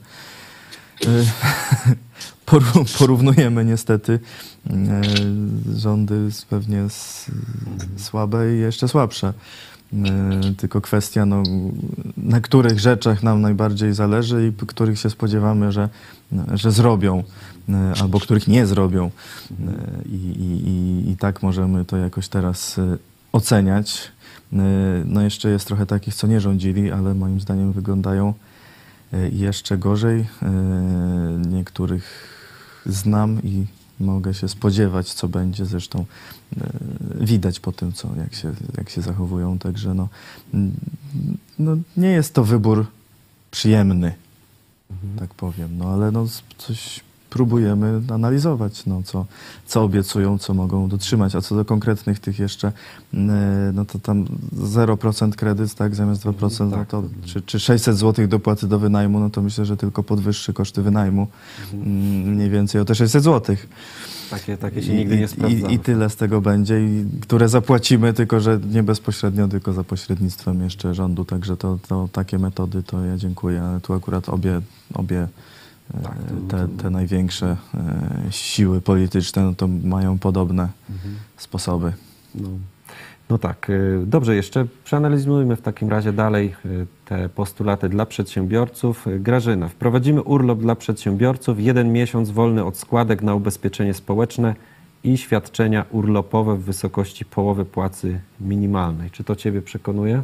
porównujemy niestety rządy pewnie słabe i jeszcze słabsze. tylko kwestia, no, na których rzeczach nam najbardziej zależy i których się spodziewamy, że, że zrobią, albo których nie zrobią. I, i, i, i tak możemy to jakoś teraz oceniać. No jeszcze jest trochę takich, co nie rządzili, ale moim zdaniem wyglądają jeszcze gorzej. Niektórych znam i mogę się spodziewać, co będzie. Zresztą widać po tym, co, jak, się, jak się zachowują. Także no, no, nie jest to wybór przyjemny, mhm. tak powiem. No ale no, coś próbujemy analizować, no, co, co obiecują, co mogą dotrzymać. A co do konkretnych tych jeszcze, no to tam zero procent kredyt, tak, zamiast dwa procent, no to, czy, czy sześćset złotych dopłaty do wynajmu, no to myślę, że tylko podwyższy koszty wynajmu mhm. mniej więcej o te sześćset złotych. Takie, takie się nigdy I, nie sprawdza. I, I tyle z tego będzie, i, które zapłacimy, tylko że nie bezpośrednio, tylko za pośrednictwem jeszcze rządu. Także to, to takie metody, to ja dziękuję. Ale tu akurat obie, obie tak, to, te, te największe e, siły polityczne, no to mają podobne mhm. sposoby. No. No tak, dobrze, jeszcze przeanalizujmy w takim razie dalej te postulaty dla przedsiębiorców. Grażyna, wprowadzimy urlop dla przedsiębiorców, jeden miesiąc wolny od składek na ubezpieczenie społeczne i świadczenia urlopowe w wysokości połowy płacy minimalnej. Czy to Ciebie przekonuje?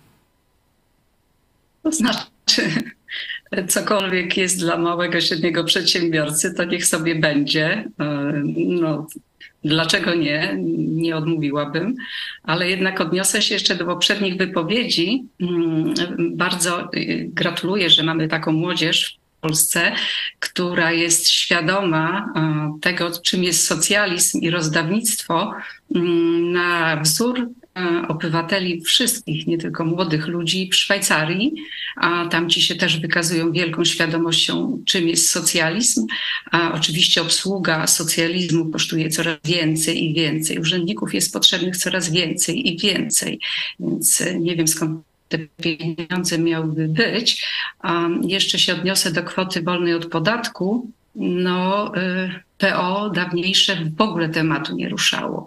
To znaczy, cokolwiek jest dla małego, średniego przedsiębiorcy, to niech sobie będzie. No, dlaczego nie? Nie odmówiłabym, ale jednak odniosę się jeszcze do poprzednich wypowiedzi. Bardzo gratuluję, że mamy taką młodzież w Polsce, która jest świadoma tego, czym jest socjalizm i rozdawnictwo, na wzór obywateli wszystkich, nie tylko młodych ludzi w Szwajcarii, a tam ci się też wykazują wielką świadomością, czym jest socjalizm, a oczywiście obsługa socjalizmu kosztuje coraz więcej i więcej. Urzędników jest potrzebnych coraz więcej i więcej, więc nie wiem, skąd te pieniądze miałyby być. A jeszcze się odniosę do kwoty wolnej od podatku. No, P O dawniejsze w ogóle tematu nie ruszało.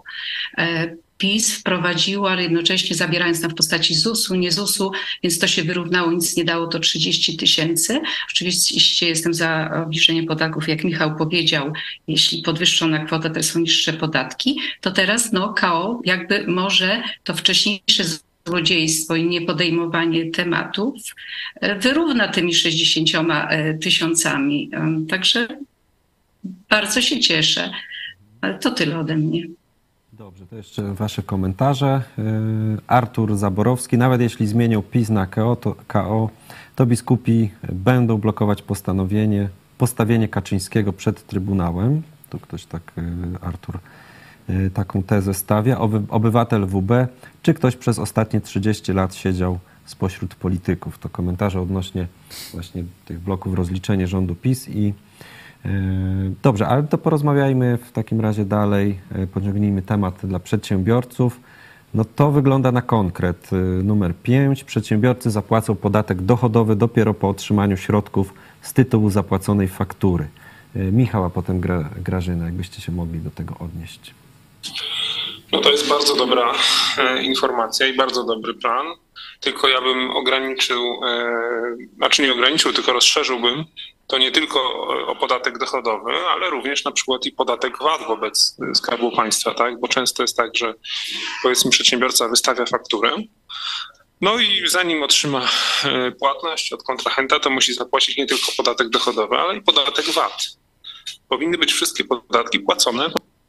PiS wprowadziło, ale jednocześnie zabierając nam w postaci zusu, nie zusu, więc to się wyrównało, nic nie dało, to trzydzieści tysięcy. Oczywiście jestem za obniżeniem podatków, jak Michał powiedział, jeśli podwyższona kwota to są niższe podatki, to teraz no K O jakby może to wcześniejsze złodziejstwo i niepodejmowanie tematów wyrówna tymi sześćdziesięcioma tysiącami. Także bardzo się cieszę. Ale to tyle ode mnie. Dobrze, to jeszcze Wasze komentarze. Artur Zaborowski, nawet jeśli zmienią PiS na K O, to, K O, to biskupi będą blokować postanowienie, postawienie Kaczyńskiego przed Trybunałem. Tu ktoś tak, Artur, taką tezę stawia. Obywatel W B, czy ktoś przez ostatnie trzydzieści lat siedział spośród polityków? To komentarze odnośnie właśnie tych bloków rozliczenie rządu PiS i dobrze, ale to porozmawiajmy w takim razie dalej, pociągnijmy temat dla przedsiębiorców. No to wygląda na konkret. Numer pięć. Przedsiębiorcy zapłacą podatek dochodowy dopiero po otrzymaniu środków z tytułu zapłaconej faktury. Michał, a potem Gra, Grażyna, jakbyście się mogli do tego odnieść. No to jest bardzo dobra e, informacja i bardzo dobry plan. Tylko ja bym ograniczył, e, znaczy nie ograniczył, tylko rozszerzyłbym to nie tylko o podatek dochodowy, ale również na przykład i podatek V A T wobec Skarbu Państwa, tak? Bo często jest tak, że powiedzmy przedsiębiorca wystawia fakturę, no i zanim otrzyma płatność od kontrahenta, to musi zapłacić nie tylko podatek dochodowy, ale i podatek V A T. Powinny być wszystkie podatki płacone.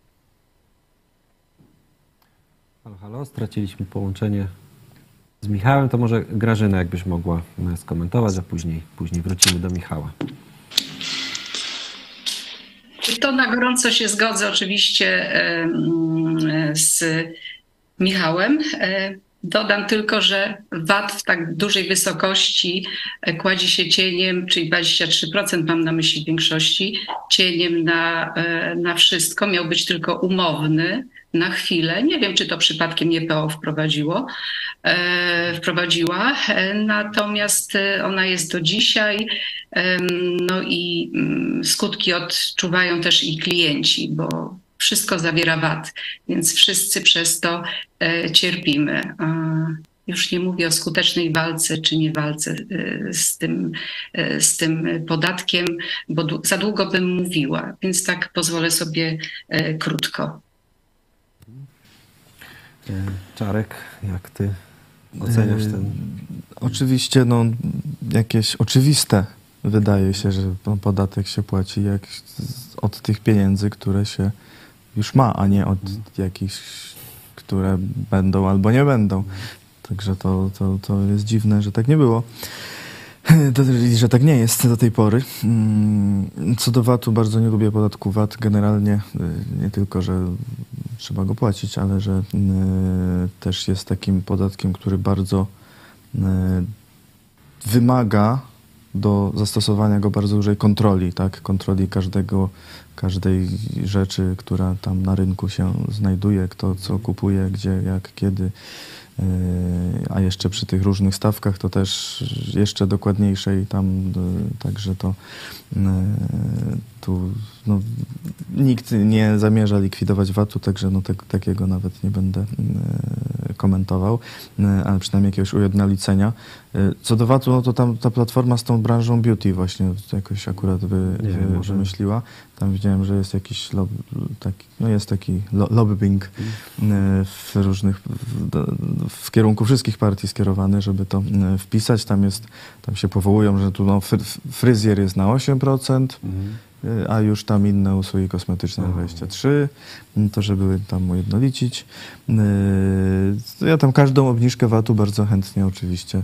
Halo, halo, straciliśmy połączenie z Michałem, to może Grażyna, jakbyś mogła skomentować, a później, później wrócimy do Michała. To na gorąco się zgodzę oczywiście z Michałem. Dodam tylko, że V A T w tak dużej wysokości kładzie się cieniem, czyli dwadzieścia trzy procent mam na myśli w większości, cieniem na, na wszystko. Miał być tylko umowny na chwilę. Nie wiem, czy to przypadkiem nie P O wprowadziło, e, wprowadziła, e, natomiast ona jest do dzisiaj, e, no i m, skutki odczuwają też i klienci, bo wszystko zawiera V A T, więc wszyscy przez to e, cierpimy. E, Już nie mówię o skutecznej walce czy nie walce z tym, z tym podatkiem, bo za długo bym mówiła, więc tak pozwolę sobie krótko. Czarek, jak ty oceniasz ten? Oczywiście, no, jakieś oczywiste wydaje się, że podatek się płaci jak od tych pieniędzy, które się już ma, a nie od jakichś, które będą albo nie będą. Także to, to, to jest dziwne, że tak nie było. I że tak nie jest do tej pory. Co do vatu, bardzo nie lubię podatku V A T. Generalnie nie tylko, że trzeba go płacić, ale że też jest takim podatkiem, który bardzo wymaga do zastosowania go bardzo dużej kontroli, tak? Kontroli każdego, każdej rzeczy, która tam na rynku się znajduje, kto co kupuje, gdzie, jak, kiedy. A jeszcze przy tych różnych stawkach to też jeszcze dokładniejszej tam, także to tu no, nikt nie zamierza likwidować vatu, także no, tak, takiego nawet nie będę komentował, ale przynajmniej jakiegoś ujednolicenia. Co do vatu, no to tam ta platforma z tą branżą beauty właśnie jakoś akurat wy, nie, wy, może... wymyśliła. Tam widziałem, że jest jakiś lob, taki, no jest taki lo, lobbying w różnych, w, w kierunku wszystkich partii skierowany, żeby to wpisać. Tam jest, tam się powołują, że tu no, fryzjer jest na osiem procent, mhm. a już tam inne usługi kosmetyczne na dwadzieścia trzy procent, to żeby tam ujednolicić. Ja tam każdą obniżkę vatu bardzo chętnie oczywiście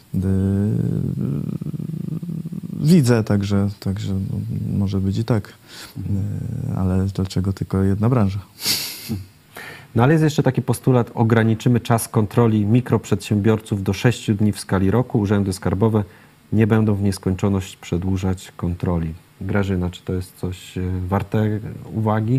widzę, także, także no, może być i tak. Ale dlaczego tylko jedna branża? No ale jest jeszcze taki postulat, ograniczymy czas kontroli mikroprzedsiębiorców do sześciu dni w skali roku. Urzędy skarbowe nie będą w nieskończoność przedłużać kontroli. Grażyna, czy to jest coś warte uwagi?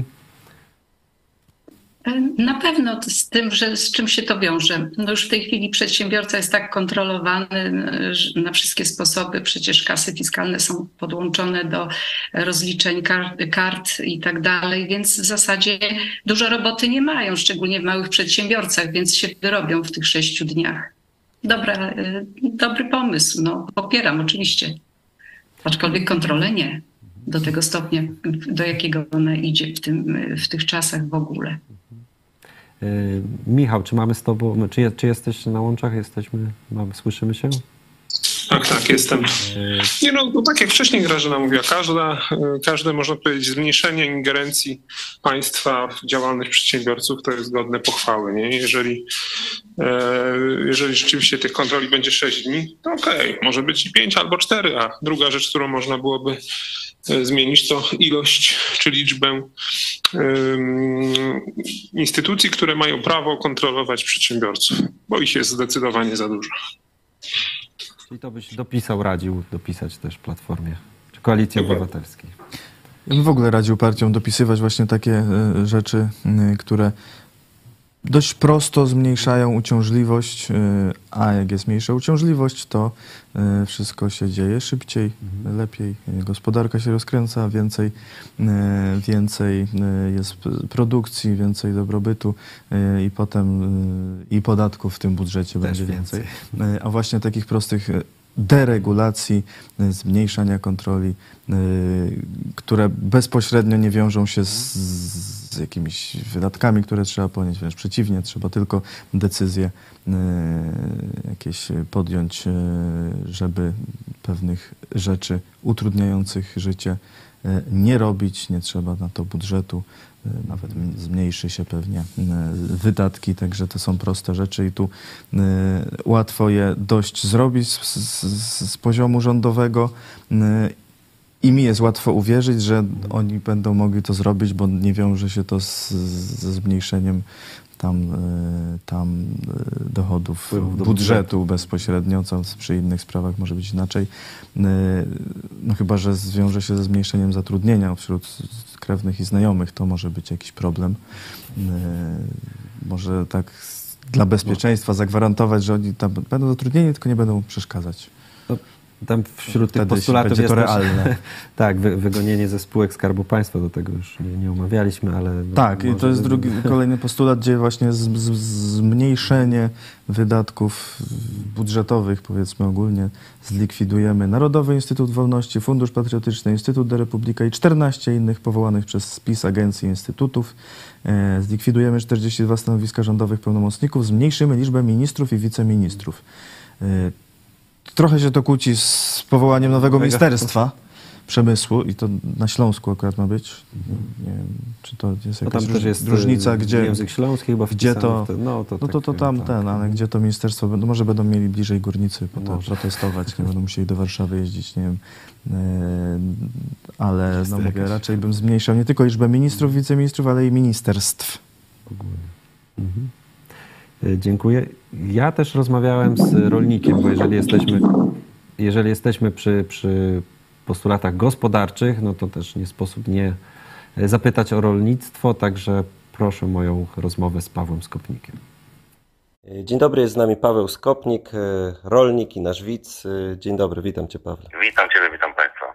Na pewno z tym, że z czym się to wiąże. No już w tej chwili przedsiębiorca jest tak kontrolowany na wszystkie sposoby. Przecież kasy fiskalne są podłączone do rozliczeń kart, kart i tak dalej, więc w zasadzie dużo roboty nie mają, szczególnie w małych przedsiębiorcach, więc się wyrobią w tych sześciu dniach. Dobra, dobry pomysł, no popieram oczywiście. Aczkolwiek kontrolę nie. Do tego stopnia, do jakiego ona idzie w, tym, w tych czasach w ogóle. Yy, Michał, czy mamy z tobą, czy, czy jesteś na łączach? Jesteśmy, mamy, słyszymy się? Tak, tak, jestem. Nie no, to tak jak wcześniej Grażyna mówiła, każda, każde, można powiedzieć, zmniejszenie ingerencji państwa w działalność przedsiębiorców to jest godne pochwały, nie? Jeżeli, jeżeli rzeczywiście tych kontroli będzie sześć dni, to okej, okay, może być i pięć albo cztery, a druga rzecz, którą można byłoby zmienić, to ilość czy liczbę um, instytucji, które mają prawo kontrolować przedsiębiorców, bo ich jest zdecydowanie za dużo. Czyli to byś dopisał, radził dopisać też Platformie, czy Koalicji Obywatelskiej? Ja bym w ogóle radził partiom dopisywać właśnie takie y, rzeczy, y, które dość prosto zmniejszają uciążliwość, y, a jak jest mniejsza uciążliwość, to y, wszystko się dzieje szybciej, mhm. lepiej, gospodarka się rozkręca, więcej, y, więcej y, jest produkcji, więcej dobrobytu y, i potem y, i podatków w tym budżecie Też będzie więcej. więcej. Y, a właśnie takich prostych deregulacji, y, zmniejszania kontroli, y, które bezpośrednio nie wiążą się z, z jakimiś wydatkami, które trzeba ponieść, wręcz przeciwnie, trzeba tylko decyzje y, jakieś podjąć, y, żeby pewnych rzeczy utrudniających życie y, nie robić, nie trzeba na to budżetu, y, nawet zmniejszy się pewnie y, wydatki, także to są proste rzeczy i tu y, łatwo je dość zrobić z, z, z poziomu rządowego. Y, I mi jest łatwo uwierzyć, że oni będą mogli to zrobić, bo nie wiąże się to z, ze zmniejszeniem tam, tam dochodów budżetu, budżetu bezpośrednio, co przy innych sprawach może być inaczej. No chyba że zwiąże się ze zmniejszeniem zatrudnienia wśród krewnych i znajomych, to może być jakiś problem. Może tak dla bezpieczeństwa zagwarantować, że oni tam będą zatrudnieni, tylko nie będą przeszkadzać. Tam wśród tych Wtedy postulatów będzie jest to też, realne. tak, wy, wygonienie ze spółek Skarbu Państwa, do tego już nie, nie omawialiśmy, ale... No, Tak, i to jest wy- drugi, kolejny postulat, gdzie właśnie z, z, zmniejszenie wydatków budżetowych, powiedzmy ogólnie, zlikwidujemy Narodowy Instytut Wolności, Fundusz Patriotyczny, Instytut de Republika i czternaście innych powołanych przez spis agencji instytutów. E, zlikwidujemy czterdzieści dwa stanowiska rządowych pełnomocników, zmniejszymy liczbę ministrów i wiceministrów. E, trochę się to kłóci z powołaniem nowego ministerstwa przemysłu i to na Śląsku akurat ma być. Nie wiem, czy to jest No jakaś tam też jest różnica, y, gdzie, język śląski chyba gdzie wpisany to, w te, no to, no to, to tak, tam tak. ten, ale gdzie to ministerstwo, będą- może będą mieli bliżej górnicy po to Może. protestować, nie będą musieli do Warszawy jeździć, nie wiem. E, ale Jest no to mówię, jakaś- raczej bym zmniejszał nie tylko liczbę ministrów, wiceministrów, ale i ministerstw. Mhm. Y, Dziękuję. Ja też rozmawiałem z rolnikiem, bo jeżeli jesteśmy, jeżeli jesteśmy przy, przy postulatach gospodarczych, no to też nie sposób nie zapytać o rolnictwo, także proszę o moją rozmowę z Pawłem Skopnikiem. Dzień dobry, jest z nami Paweł Skopnik, rolnik i nasz widz. Dzień dobry, witam Cię, Pawle. Witam Ciebie, witam Państwa.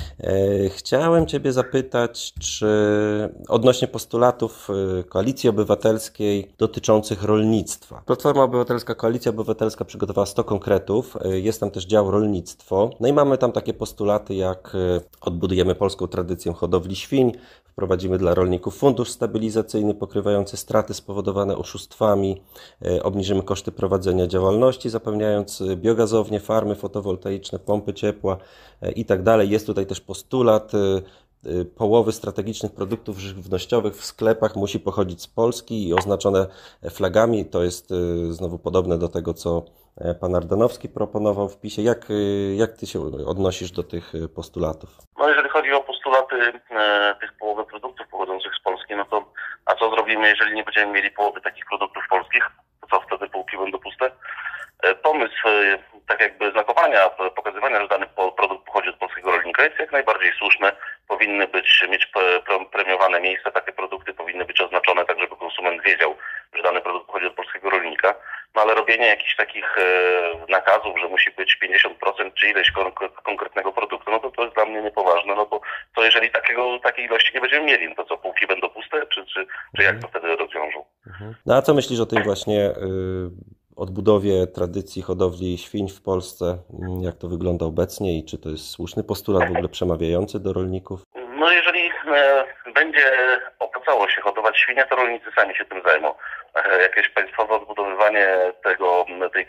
Chciałem Ciebie zapytać, czy odnośnie postulatów Koalicji Obywatelskiej dotyczących rolnictwa. Platforma Obywatelska, Koalicja Obywatelska przygotowała sto konkretów, jest tam też dział rolnictwo. No i mamy tam takie postulaty jak odbudujemy polską tradycję hodowli świń, wprowadzimy dla rolników fundusz stabilizacyjny pokrywający straty spowodowane oszustwami, obniżymy koszty prowadzenia działalności, zapewniając biogazownie, farmy fotowoltaiczne, pompy ciepła i tak dalej. Jest tutaj też postulat połowy strategicznych produktów żywnościowych w sklepach musi pochodzić z Polski i oznaczone flagami. To jest znowu podobne do tego, co pan Ardanowski proponował w PiSie. Jak, jak ty się odnosisz do tych postulatów? No jeżeli chodzi o postulaty e, tych połowy produktów pochodzących z Polski, no to a co zrobimy, jeżeli nie będziemy mieli połowy takich produktów polskich? To co wtedy półki będą puste? E, pomysł e, tak jakby znakowania, pokazywania, że dany po, produkt pochodzi od polskiego rolnika jest jak najbardziej słuszny. Powinny być, mieć pre, premiowane miejsce, takie produkty powinny być oznaczone tak, żeby konsument wiedział, że dany produkt pochodzi od polskiego rolnika. No ale robienie jakichś takich e, nakazów, że musi być pięćdziesiąt procent czy ileś kon- konkretnego produktu, no to to jest dla mnie niepoważne, no bo to jeżeli takiego, takiej ilości nie będziemy mieli, no to co, półki będą puste, czy, czy, czy jak to wtedy rozwiążą? No a co myślisz o tym właśnie y, odbudowie tradycji hodowli świń w Polsce? Jak to wygląda obecnie i czy to jest słuszny postulat w ogóle przemawiający do rolników? No jeżeli e, będzie opłacało się hodować świnie, to rolnicy sami się tym zajmą. E, jakieś państwowe odbudowywanie tego, tej,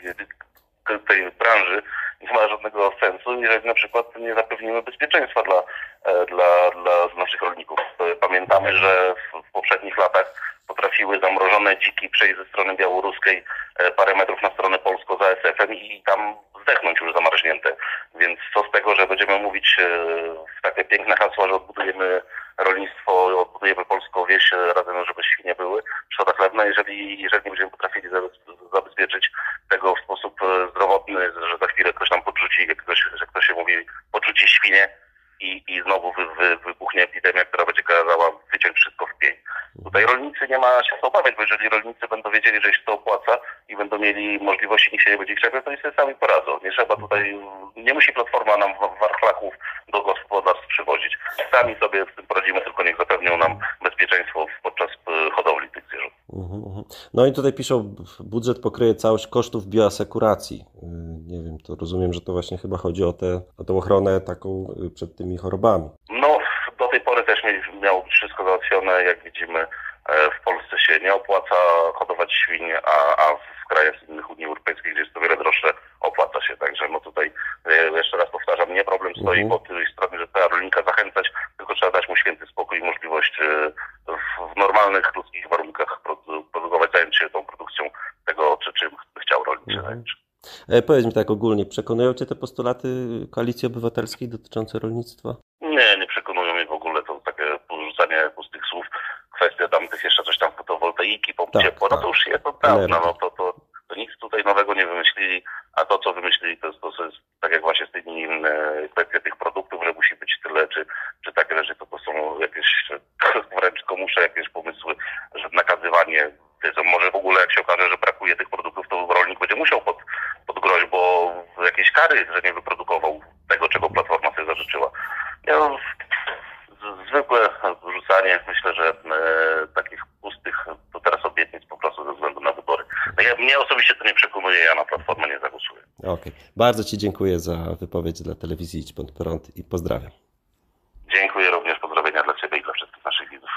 tej branży nie ma żadnego sensu, jeżeli na przykład nie zapewnimy bezpieczeństwa dla, e, dla, dla naszych rolników. E, pamiętamy, że w, w poprzednich latach potrafiły zamrożone dziki przejść ze strony białoruskiej e, parę metrów na stronę polską za es efem i tam zdechnąć już zamarznięte. Więc co z tego, że będziemy mówić e, w takie piękne hasła, że odbudujemy rolnictwo, odbudujemy polską wieś razem, żeby świnie były, szkoda chlebna, jeżeli, jeżeli nie będziemy potrafili zabezpieczyć tego w sposób zdrowotny, że za chwilę ktoś nam podrzuci, jak ktoś, że ktoś się mówi, podrzuci świnie i, i znowu wy, wy, wybuchnie epidemia, która będzie kazała wyciąć wszystko w pień. Tutaj rolnicy nie ma się co obawiać, bo jeżeli rolnicy będą wiedzieli, że się to opłaca i będą mieli możliwości, nikt się nie będzie krzepiał, to oni sobie sami poradzą. Nie trzeba tutaj, nie musi Platforma nam warchlachów do gospodarstw przywozić. Sami sobie z tym poradzimy, tylko niech zapewnią nam bezpieczeństwo podczas hodowli tych zwierząt. No i tutaj piszą, budżet pokryje całość kosztów bioasekuracji. Nie wiem, to rozumiem, że to właśnie chyba chodzi o, tę o tę ochronę taką przed tymi chorobami. No, do tej pory też miało być wszystko załatwione. Jak widzimy, w Polsce się nie opłaca hodować świń, a, a w krajach innych Unii Europejskiej, gdzie jest to wiele droższe, opłaca się. Także no tutaj jeszcze raz powtarzam, nie problem stoi Mhm. po tej stronie, że trzeba rolnika zachęcać, tylko trzeba dać mu święty spokój i możliwość w, w normalnych, ludzkich warunkach produkować, zająć się tą produkcją tego, czy czym chciał rolnik się zająć. E, powiedz mi tak ogólnie, przekonują Cię te postulaty Koalicji Obywatelskiej dotyczące rolnictwa? Nie, nie przekonują mnie w ogóle, to takie porzucanie pustych słów. Kwestia tam tych jeszcze coś tam fotowoltaiki, pomp Tak, ciepła, no tak. to już jest od dawna, Energii. no to, to, to nic tutaj nowego nie wymyślili, a to co wymyślili to jest, to jest tak jak właśnie z tymi e, kwestia tych produktów, że musi być tyle, czy, czy takie rzeczy, to to są jakieś wręcz komusze jakieś pomysły, że nakazywanie, to może w ogóle jak się okaże, że brakuje tych produktów, to rolnik będzie musiał pod, pod groźbą jakieś kary, że nie wyprodukował No ja, mnie osobiście to nie przekonuje, ja na Platformę nie zagłosuję. Okej. Okay. Bardzo Ci dziękuję za wypowiedź dla telewizji Idź Pod Prąd i pozdrawiam. Dziękuję również, pozdrowienia dla Ciebie i dla wszystkich naszych widzów.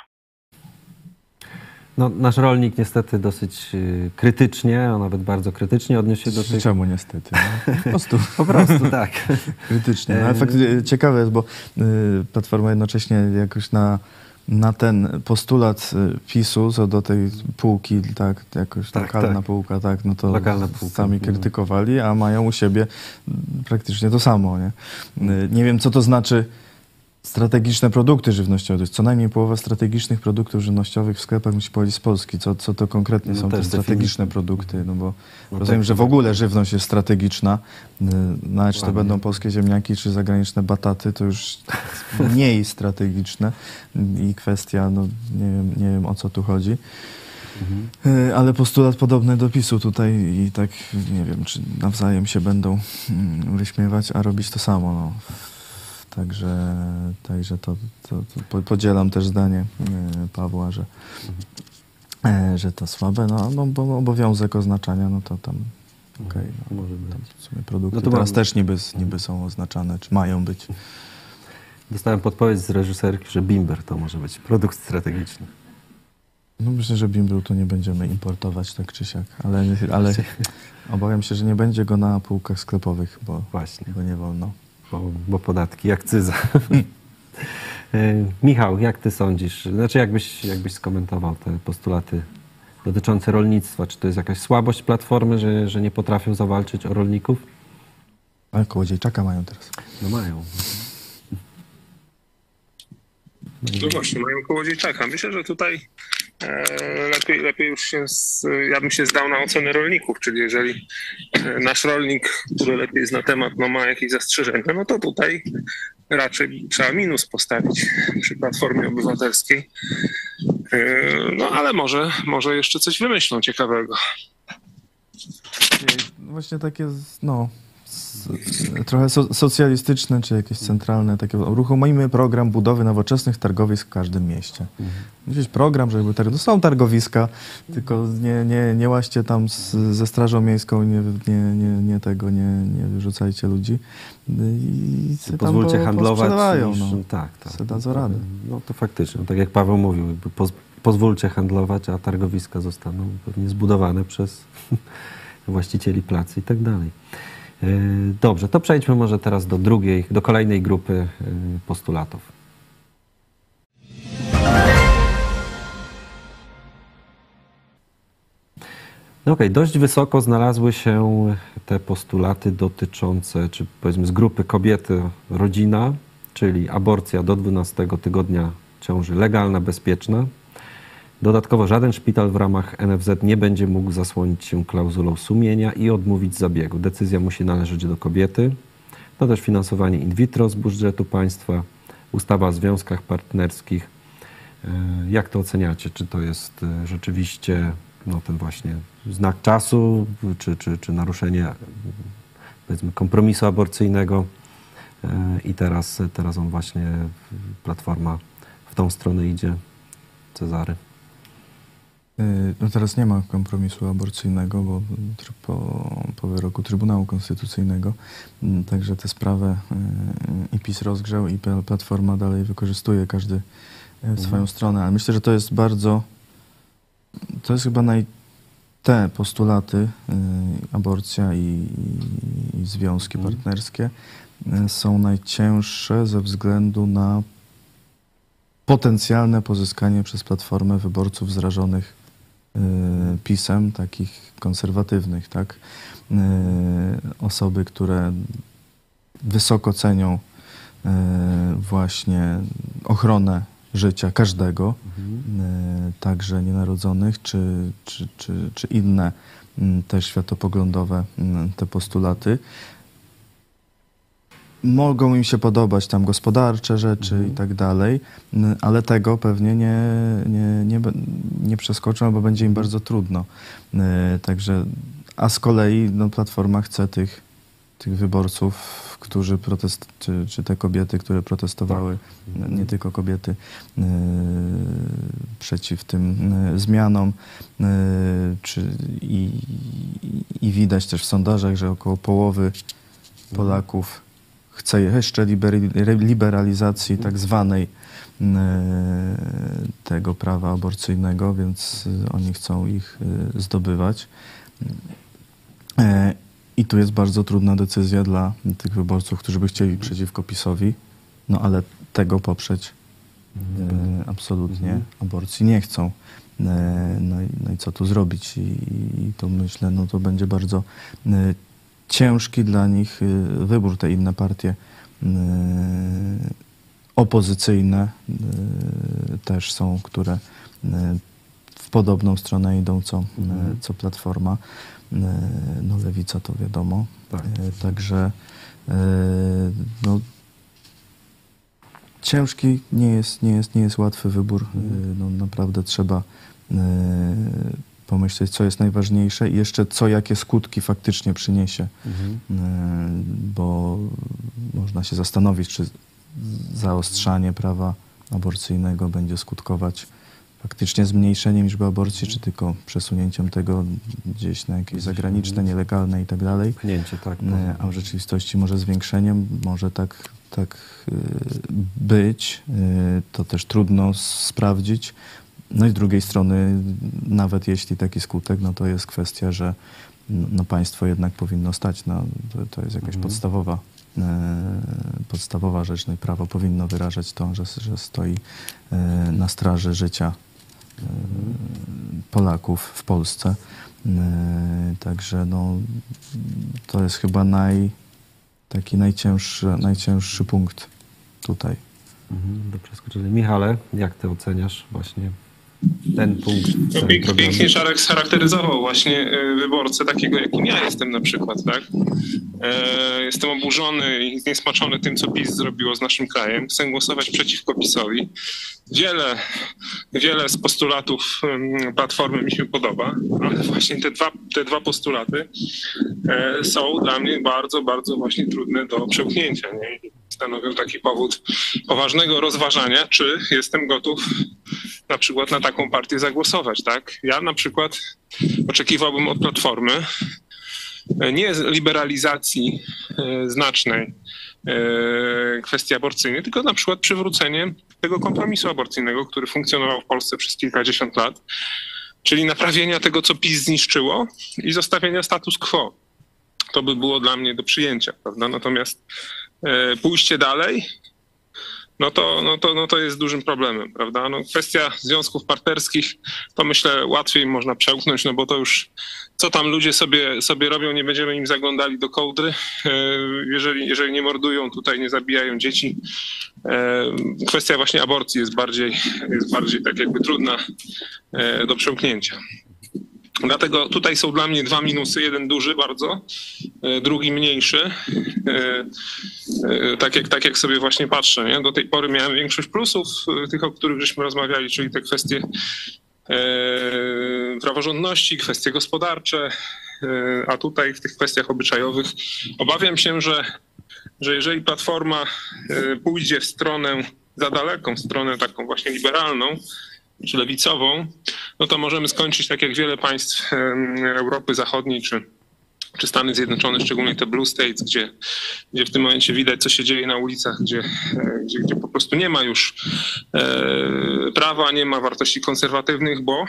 No, nasz rolnik niestety dosyć y, krytycznie, a nawet bardzo krytycznie odniósł się do tych... Czemu niestety? No? Po prostu. Po prostu, tak. Krytycznie. No, ale faktycznie ciekawe jest, bo y, Platforma jednocześnie jakoś na, na ten postulat PiSu co do tej półki, tak, jakoś Tak, lokalna tak. półka, tak, no to Lokalna półka. sami krytykowali, a mają u siebie praktycznie to samo, nie? Y, nie wiem, co to znaczy strategiczne produkty żywnościowe. To jest co najmniej połowa strategicznych produktów żywnościowych w sklepach musi pochodzić z Polski. Co, co to konkretnie No są te też strategiczne produkty? No bo No rozumiem, tak, że w tak. ogóle żywność jest strategiczna. Y, No ale czy to Ładnie. będą polskie ziemniaki, czy zagraniczne bataty, to już mniej strategiczne. I kwestia, no nie wiem, nie wiem o co tu chodzi. Y, Ale postulat podobny do PiSu tutaj i tak nie wiem, czy nawzajem się będą mm, wyśmiewać, a robić to samo. No. Także, także to, to, to po- podzielam też zdanie y, Pawła, że, e, że to słabe, no, no bo obowiązek oznaczania, no to tam okej, no, Może być. tam w sumie produkty No to teraz mam- też niby, niby są oznaczane, czy mają być. Dostałem podpowiedź z reżyserki, że bimber to może być produkt strategiczny. No myślę, że bimberu to nie będziemy importować tak czy siak, ale, ale obawiam się, że nie będzie go na półkach sklepowych, bo, Właśnie. bo nie wolno. Bo, bo podatki i akcyza. E, Michał, jak ty sądzisz? Znaczy, jakbyś, jakbyś skomentował te postulaty dotyczące rolnictwa? Czy to jest jakaś słabość Platformy, że, że nie potrafią zawalczyć o rolników? Ale Kołodziejczaka mają teraz. No mają. No właśnie, mają Kołodziejczaka. Myślę, że tutaj e, lepiej, lepiej już się, z, ja bym się zdał na ocenę rolników, czyli jeżeli e, nasz rolnik, który lepiej zna temat, no ma jakieś zastrzeżenia, no to tutaj raczej trzeba minus postawić przy Platformie Obywatelskiej. E, no ale może, może jeszcze coś wymyślą ciekawego. Właśnie takie, no, s- trochę so, socjalistyczne, czy jakieś centralne, takie uruchomimy program budowy nowoczesnych targowisk w każdym mieście. Gdzieś program, żeby targ... no są targowiska, tylko nie, nie, nie łaźcie tam z, ze strażą miejską, nie, nie, nie, nie tego, nie, nie wyrzucajcie ludzi. I se tam Pozwólcie po- handlować. posprzedawają, niż- no. Tak, tak. Se dadzą radę. No to faktycznie, tak jak Paweł mówił, jakby poz, pozwólcie handlować, a targowiska zostaną pewnie zbudowane przez właścicieli placy i tak dalej. E, Dobrze, to przejdźmy może teraz do drugiej, do kolejnej grupy e, postulatów. No okej, dość wysoko znalazły się te postulaty dotyczące, czy powiedzmy z grupy kobiety, rodzina, czyli aborcja do dwunastego tygodnia ciąży legalna, bezpieczna. Dodatkowo żaden szpital w ramach N F Z nie będzie mógł zasłonić się klauzulą sumienia i odmówić zabiegu. Decyzja musi należeć do kobiety. No też finansowanie in vitro z budżetu państwa, ustawa o związkach partnerskich. E, Jak to oceniacie? Czy to jest e, rzeczywiście no, ten właśnie znak czasu, czy, czy, czy naruszenie e, powiedzmy kompromisu aborcyjnego? E, I teraz, teraz on właśnie, Platforma w tą stronę idzie. Cezary. Y, No teraz nie ma kompromisu aborcyjnego, bo tr- po, po wyroku Trybunału Konstytucyjnego, mm, także tę sprawę y, i PiS rozgrzał, i P- Platforma dalej wykorzystuje każdy y, swoją stronę. Ale myślę, że to jest bardzo, to jest chyba naj, te postulaty, y, aborcja i, i, i związki partnerskie y, są najcięższe ze względu na potencjalne pozyskanie przez Platformę wyborców zrażonych y, PiS-em, takich konserwatywnych, tak? Y, osoby, które wysoko cenią y, właśnie ochronę życia każdego, y, także nienarodzonych, czy, czy, czy, czy inne y, też światopoglądowe y, te postulaty. Mogą im się podobać tam gospodarcze rzeczy Mhm. i tak dalej, n- ale tego pewnie nie, nie, nie, be- nie przeskoczą, bo będzie im bardzo trudno. Y, Także, a z kolei no, Platforma chce tych, tych wyborców, którzy protest, czy, czy te kobiety, które protestowały, tak. nie tylko kobiety, y, przeciw tym y, zmianom. Y, czy, i, I widać też w sondażach, że około połowy Polaków chce jeszcze liberalizacji tak zwanej tego prawa aborcyjnego, więc oni chcą ich zdobywać. I tu jest bardzo trudna decyzja dla tych wyborców, którzy by chcieli przeciwko PiS-owi, no ale tego poprzeć absolutnie aborcji nie chcą. No i, no i co tu zrobić? I, i to myślę, no to będzie bardzo ciężki dla nich wybór. Te inne partie opozycyjne też są, które w podobną stronę idą co, co Platforma. No Lewica to wiadomo. Tak. Także no, ciężki nie jest, nie jest, nie jest łatwy wybór. No, naprawdę trzeba pomyśleć, co jest najważniejsze i jeszcze co, jakie skutki faktycznie przyniesie. Mhm. Bo można się zastanowić, czy zaostrzanie prawa aborcyjnego będzie skutkować faktycznie zmniejszeniem liczby aborcji, czy tylko przesunięciem tego gdzieś na jakieś zagraniczne, nielegalne i tak dalej. Pchnięcie, tak. A w rzeczywistości może zwiększeniem, może tak, tak być. To też trudno sprawdzić. No i z drugiej strony, nawet jeśli taki skutek, no to jest kwestia, że no państwo jednak powinno stać. No, to, to jest jakaś mhm. podstawowa, e, podstawowa rzecz. No i prawo powinno wyrażać to, że, że stoi e, na straży życia e, Polaków w Polsce. E, także no, to jest chyba naj, taki najcięższy, najcięższy punkt tutaj. Mhm, do przeskoczenia. Michale, jak ty oceniasz właśnie ten punkt? No, pięknie, pięknie Czarek scharakteryzował właśnie wyborcę takiego, jakim ja jestem na przykład, tak? E, jestem oburzony i zniesmaczony tym, co PiS zrobiło z naszym krajem. Chcę głosować przeciwko PiS-owi. Wiele, wiele z postulatów Platformy mi się podoba, ale właśnie te dwa, te dwa postulaty e, są dla mnie bardzo, bardzo właśnie trudne do przełknięcia, nie? Stanowią taki powód poważnego rozważania, czy jestem gotów na przykład na taką partię zagłosować, tak? Ja na przykład oczekiwałbym od Platformy nie liberalizacji e, znacznej e, kwestii aborcyjnej, tylko na przykład przywrócenie tego kompromisu aborcyjnego, który funkcjonował w Polsce przez kilkadziesiąt lat, czyli naprawienia tego, co PiS zniszczyło i zostawienia status quo. To by było dla mnie do przyjęcia, prawda? Natomiast e, pójście dalej, no to, no, to, no to jest dużym problemem, prawda? No, kwestia związków partnerskich, to myślę łatwiej można przełknąć, no bo to już co tam ludzie sobie, sobie robią, nie będziemy im zaglądali do kołdry, jeżeli, jeżeli nie mordują tutaj, nie zabijają dzieci. Kwestia właśnie aborcji jest bardziej, jest bardziej tak jakby trudna do przełknięcia. Dlatego tutaj są dla mnie dwa minusy. Jeden duży bardzo, drugi mniejszy. Tak jak, tak jak sobie właśnie patrzę, nie? Do tej pory miałem większość plusów, tych, o których żeśmy rozmawiali, czyli te kwestie praworządności, kwestie gospodarcze, a tutaj w tych kwestiach obyczajowych obawiam się, że, że jeżeli Platforma pójdzie w stronę za daleką, w stronę taką właśnie liberalną, czy lewicową, no to możemy skończyć tak jak wiele państw Europy Zachodniej, czy, czy Stany Zjednoczone, szczególnie te blue states, gdzie, gdzie w tym momencie widać, co się dzieje na ulicach, gdzie, gdzie, gdzie po prostu nie ma już e, prawa, nie ma wartości konserwatywnych, bo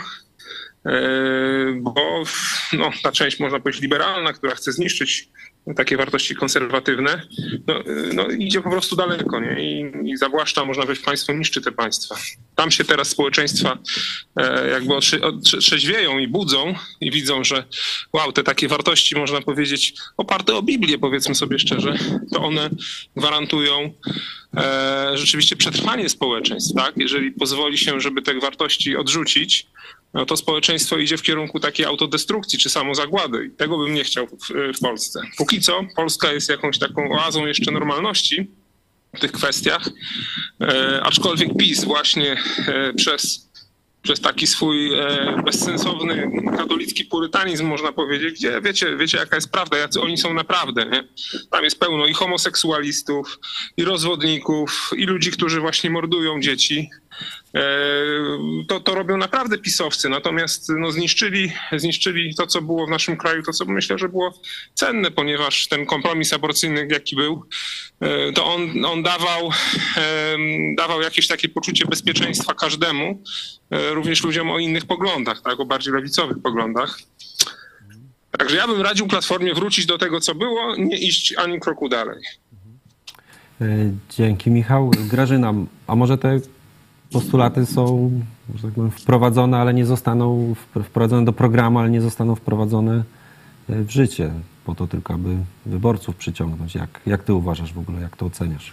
bo no, ta część, można powiedzieć, liberalna, która chce zniszczyć takie wartości konserwatywne, no, no idzie po prostu daleko, nie? I, i zawłaszcza, można powiedzieć, państwo niszczy te państwa. Tam się teraz społeczeństwa e, jakby otrzeźwieją i budzą i widzą, że wow, te takie wartości, można powiedzieć, oparte o Biblię, powiedzmy sobie szczerze, to one gwarantują e, rzeczywiście przetrwanie społeczeństw, tak? Jeżeli pozwoli się, żeby te wartości odrzucić, no to społeczeństwo idzie w kierunku takiej autodestrukcji czy samozagłady. I tego bym nie chciał w, w Polsce. Póki co Polska jest jakąś taką oazą jeszcze normalności w tych kwestiach, e, aczkolwiek PiS właśnie e, przez przez taki swój e, bezsensowny katolicki purytanizm, można powiedzieć, gdzie wiecie, wiecie jaka jest prawda, jacy oni są naprawdę. Nie? Tam jest pełno i homoseksualistów, i rozwodników, i ludzi, którzy właśnie mordują dzieci. E, to, to robią naprawdę pisowcy, natomiast no, zniszczyli, zniszczyli to, co było w naszym kraju, to, co myślę, że było cenne, ponieważ ten kompromis aborcyjny, jaki był, e, to on, on dawał, e, dawał jakieś takie poczucie bezpieczeństwa każdemu, e, również ludziom o innych poglądach, tak, o bardziej lewicowych poglądach. Także ja bym radził Platformie wrócić do tego, co było, nie iść ani kroku dalej. Dzięki, Michał. Grażyna, a może te postulaty są, że tak powiem, wprowadzone, ale nie zostaną wprowadzone do programu, ale nie zostaną wprowadzone w życie, po to tylko, aby wyborców przyciągnąć. Jak, jak ty uważasz w ogóle, jak to oceniasz?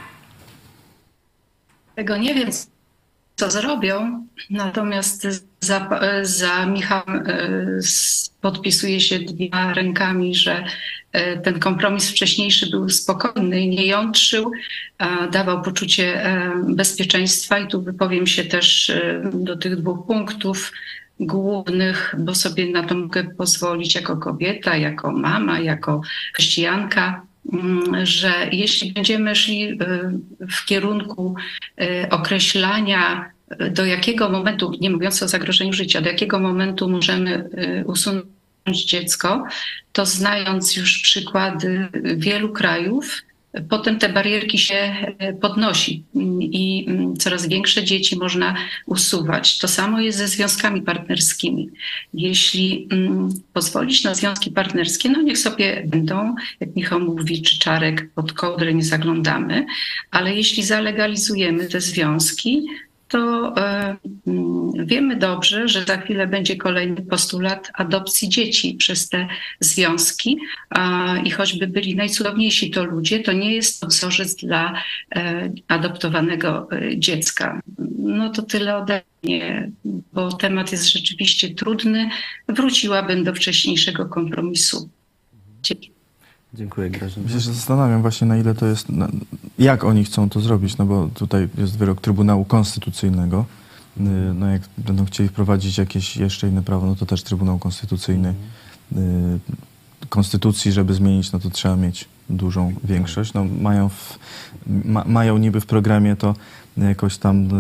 Tego nie wiem, co zrobią, natomiast za, za Michałem podpisuje się dwiema rękami, że ten kompromis wcześniejszy był spokojny, nie jątrzył, dawał poczucie bezpieczeństwa i tu wypowiem się też do tych dwóch punktów głównych, bo sobie na to mogę pozwolić jako kobieta, jako mama, jako chrześcijanka, że jeśli będziemy szli w kierunku określania, do jakiego momentu, nie mówiąc o zagrożeniu życia, do jakiego momentu możemy usunąć dziecko, to znając już przykłady wielu krajów, potem te barierki się podnosi i coraz większe dzieci można usuwać. To samo jest ze związkami partnerskimi. Jeśli pozwolić na związki partnerskie, no niech sobie będą, jak Michał mówi, czy Czarek, pod kołdrę nie zaglądamy, ale jeśli zalegalizujemy te związki, to y, wiemy dobrze, że za chwilę będzie kolejny postulat adopcji dzieci przez te związki a, i choćby byli najcudowniejsi to ludzie, to nie jest to wzorzec dla y, adoptowanego y, dziecka. No to tyle ode mnie, bo temat jest rzeczywiście trudny. Wróciłabym do wcześniejszego kompromisu. Dzięki. Dziękuję, Grażyna. Myślę, że zastanawiam właśnie, na ile to jest, na, jak oni chcą to zrobić, no bo tutaj jest wyrok Trybunału Konstytucyjnego. No jak będą chcieli wprowadzić jakieś jeszcze inne prawo, no to też Trybunał Konstytucyjny. Mm. Konstytucji, żeby zmienić, no to trzeba mieć dużą większość. No mają, w, ma, mają niby w programie to jakoś tam yy,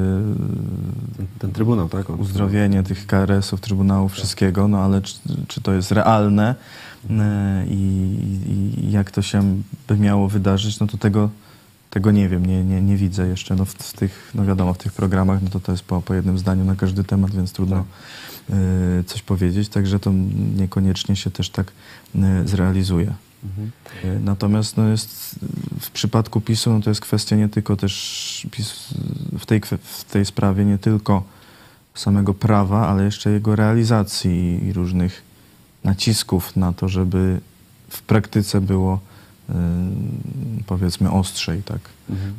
ten, ten Trybunał, tak? Uzdrowienie tych K R S ów, Trybunałów, wszystkiego, no ale czy, czy to jest realne i, i jak to się by miało wydarzyć, no to tego, tego nie wiem, nie, nie, nie widzę jeszcze. No w, w tych, no wiadomo, w tych programach, no to to jest po, po jednym zdaniu na każdy temat, więc trudno tak. y, coś powiedzieć, także to niekoniecznie się też tak y, zrealizuje. Mhm. Y, natomiast no jest, w przypadku PiSu no to jest kwestia nie tylko też PiS, w, tej, w tej sprawie nie tylko samego prawa, ale jeszcze jego realizacji i różnych nacisków na to, żeby w praktyce było y, powiedzmy ostrzej, tak? Mhm.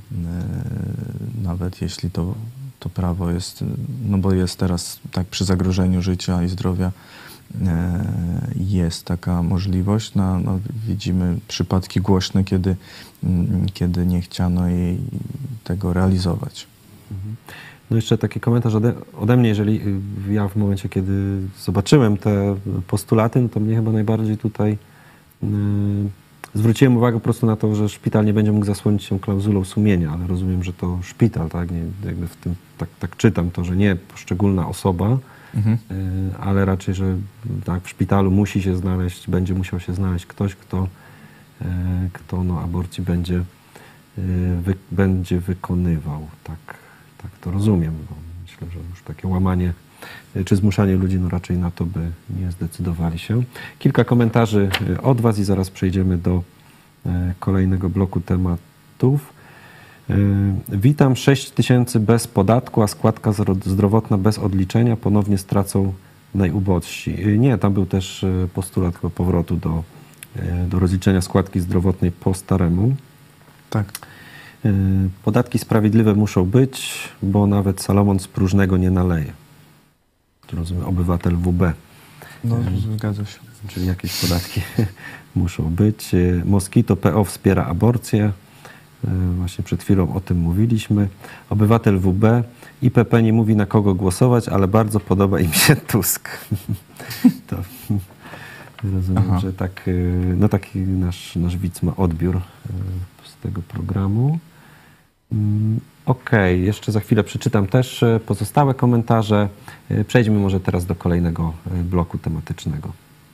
Y, nawet jeśli to, to prawo jest, no bo jest teraz tak przy zagrożeniu życia i zdrowia y, jest taka możliwość. No, no, widzimy przypadki głośne, kiedy, y, kiedy nie chciano jej tego realizować. Mhm. No jeszcze taki komentarz ode, ode mnie, jeżeli ja w momencie, kiedy zobaczyłem te postulaty, no to mnie chyba najbardziej tutaj yy, zwróciłem uwagę po prostu na to, że szpital nie będzie mógł zasłonić się klauzulą sumienia, ale rozumiem, że to szpital, tak? Nie, jakby w tym, tak, tak czytam to, że nie poszczególna osoba, mhm. yy, ale raczej, że tak, w szpitalu musi się znaleźć, będzie musiał się znaleźć ktoś, kto, yy, kto no, aborcji będzie, yy, wy, będzie wykonywał, tak. Tak to rozumiem, bo myślę, że już takie łamanie czy zmuszanie ludzi no raczej na to by nie zdecydowali się. Kilka komentarzy od was i zaraz przejdziemy do kolejnego bloku tematów. Witam, sześć tysięcy bez podatku, a składka zdrowotna bez odliczenia ponownie stracą najubożsi. Nie, tam był też postulat chyba powrotu do, do rozliczenia składki zdrowotnej po staremu. Tak. Podatki sprawiedliwe muszą być, bo nawet Salomon z próżnego nie naleje. To rozumiem, obywatel W B. No, zgadza się. Czyli jakieś podatki muszą być. Moskito P O wspiera aborcję. Właśnie przed chwilą o tym mówiliśmy. Obywatel W B. I P P nie mówi, na kogo głosować, ale bardzo podoba im się Tusk. To rozumiem, Aha. że tak, no taki nasz, nasz widz ma odbiór z tego programu. Okej, okay, jeszcze za chwilę przeczytam też pozostałe komentarze. Przejdźmy może teraz do kolejnego bloku tematycznego.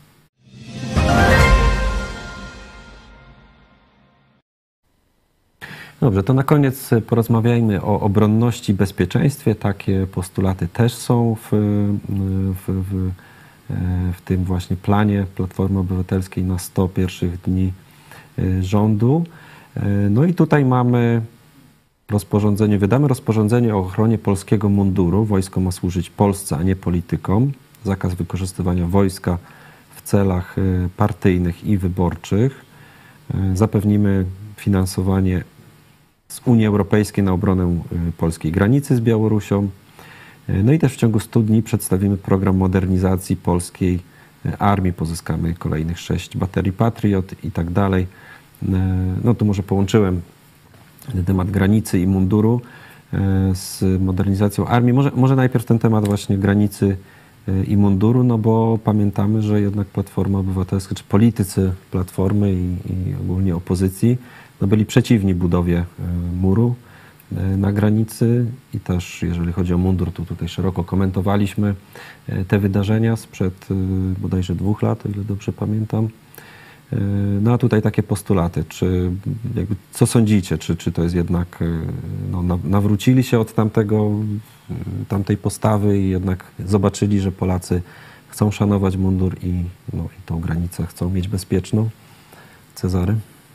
Dobrze, to na koniec porozmawiajmy o obronności i bezpieczeństwie. Takie postulaty też są w, w, w, w tym właśnie planie Platformy Obywatelskiej na sto pierwszych dni rządu. No i tutaj mamy rozporządzenie, wydamy rozporządzenie o ochronie polskiego munduru. Wojsko ma służyć Polsce, a nie politykom. Zakaz wykorzystywania wojska w celach partyjnych i wyborczych. Zapewnimy finansowanie z Unii Europejskiej na obronę polskiej granicy z Białorusią. No i też w ciągu stu dni przedstawimy program modernizacji polskiej armii. Pozyskamy kolejnych sześć baterii Patriot i tak dalej. No tu może połączyłem temat granicy i munduru z modernizacją armii. Może, może najpierw ten temat właśnie granicy i munduru, no bo pamiętamy, że jednak Platforma Obywatelska, czy politycy Platformy i, i ogólnie opozycji, no byli przeciwni budowie muru na granicy i też jeżeli chodzi o mundur, to tutaj szeroko komentowaliśmy te wydarzenia sprzed bodajże dwóch lat, o ile dobrze pamiętam. No a tutaj takie postulaty, czy jakby, co sądzicie, czy, czy to jest jednak, no, nawrócili się od tamtego, tamtej postawy i jednak zobaczyli, że Polacy chcą szanować mundur i, no, i tą granicę chcą mieć bezpieczną? Cezary?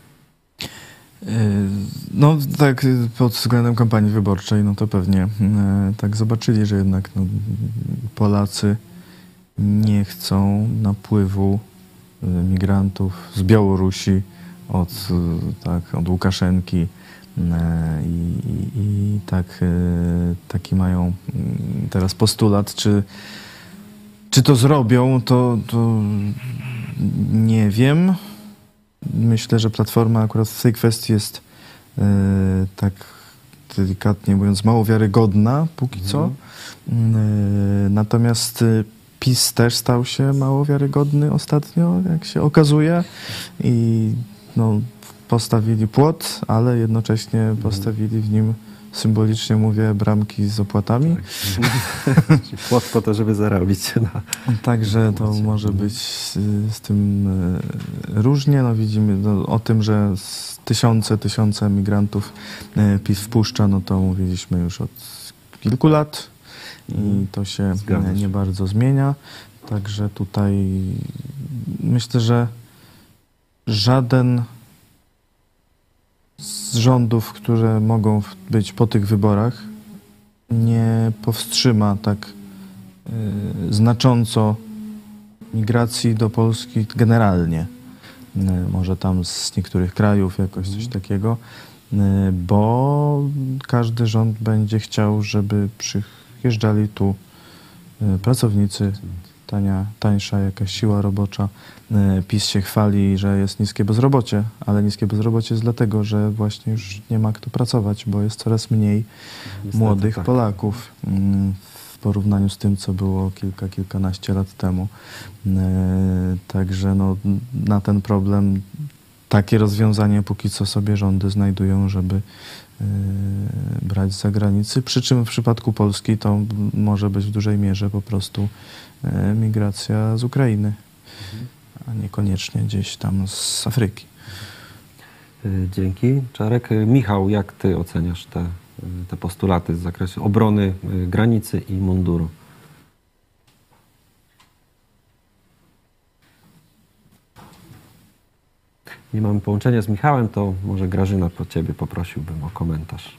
No tak, pod względem kampanii wyborczej, no to pewnie tak zobaczyli, że jednak no, Polacy nie chcą napływu migrantów z Białorusi od, tak, od Łukaszenki i, i, i tak, taki mają teraz postulat, czy, czy to zrobią, to, to nie wiem. Myślę, że Platforma akurat w tej kwestii jest e, tak delikatnie mówiąc mało wiarygodna póki co. E, natomiast PiS też stał się mało wiarygodny ostatnio, jak się okazuje. I no, postawili płot, ale jednocześnie postawili w nim, symbolicznie mówię, bramki z opłatami. Tak. Płot po to, żeby zarobić. Na... Także to może być z, z tym różnie. No widzimy no, o tym, że tysiące, tysiące migrantów PiS wpuszcza, no to mówiliśmy już od kilku lat i to się nie, nie bardzo zmienia. Także tutaj myślę, że żaden z rządów, które mogą być po tych wyborach, nie powstrzyma tak y, znacząco migracji do Polski generalnie. Y, może tam z niektórych krajów jakoś coś takiego, y, bo każdy rząd będzie chciał, żeby przyjeżdżali tu y, pracownicy, tania, tańsza jakaś siła robocza. PiS się chwali, że jest niskie bezrobocie, ale niskie bezrobocie jest dlatego, że właśnie już nie ma kto pracować, bo jest coraz mniej Niestety, młodych tak. Polaków w porównaniu z tym, co było kilka, kilkanaście lat temu. Także no, na ten problem takie rozwiązanie póki co sobie rządy znajdują, żeby brać z zagranicy. Przy czym w przypadku Polski to może być w dużej mierze po prostu migracja z Ukrainy, a niekoniecznie gdzieś tam z Afryki. Dzięki. Czarek. Michał, jak ty oceniasz te, te postulaty z zakresu obrony granicy i munduru? Nie mamy połączenia z Michałem, to może Grażyna po ciebie poprosiłbym o komentarz.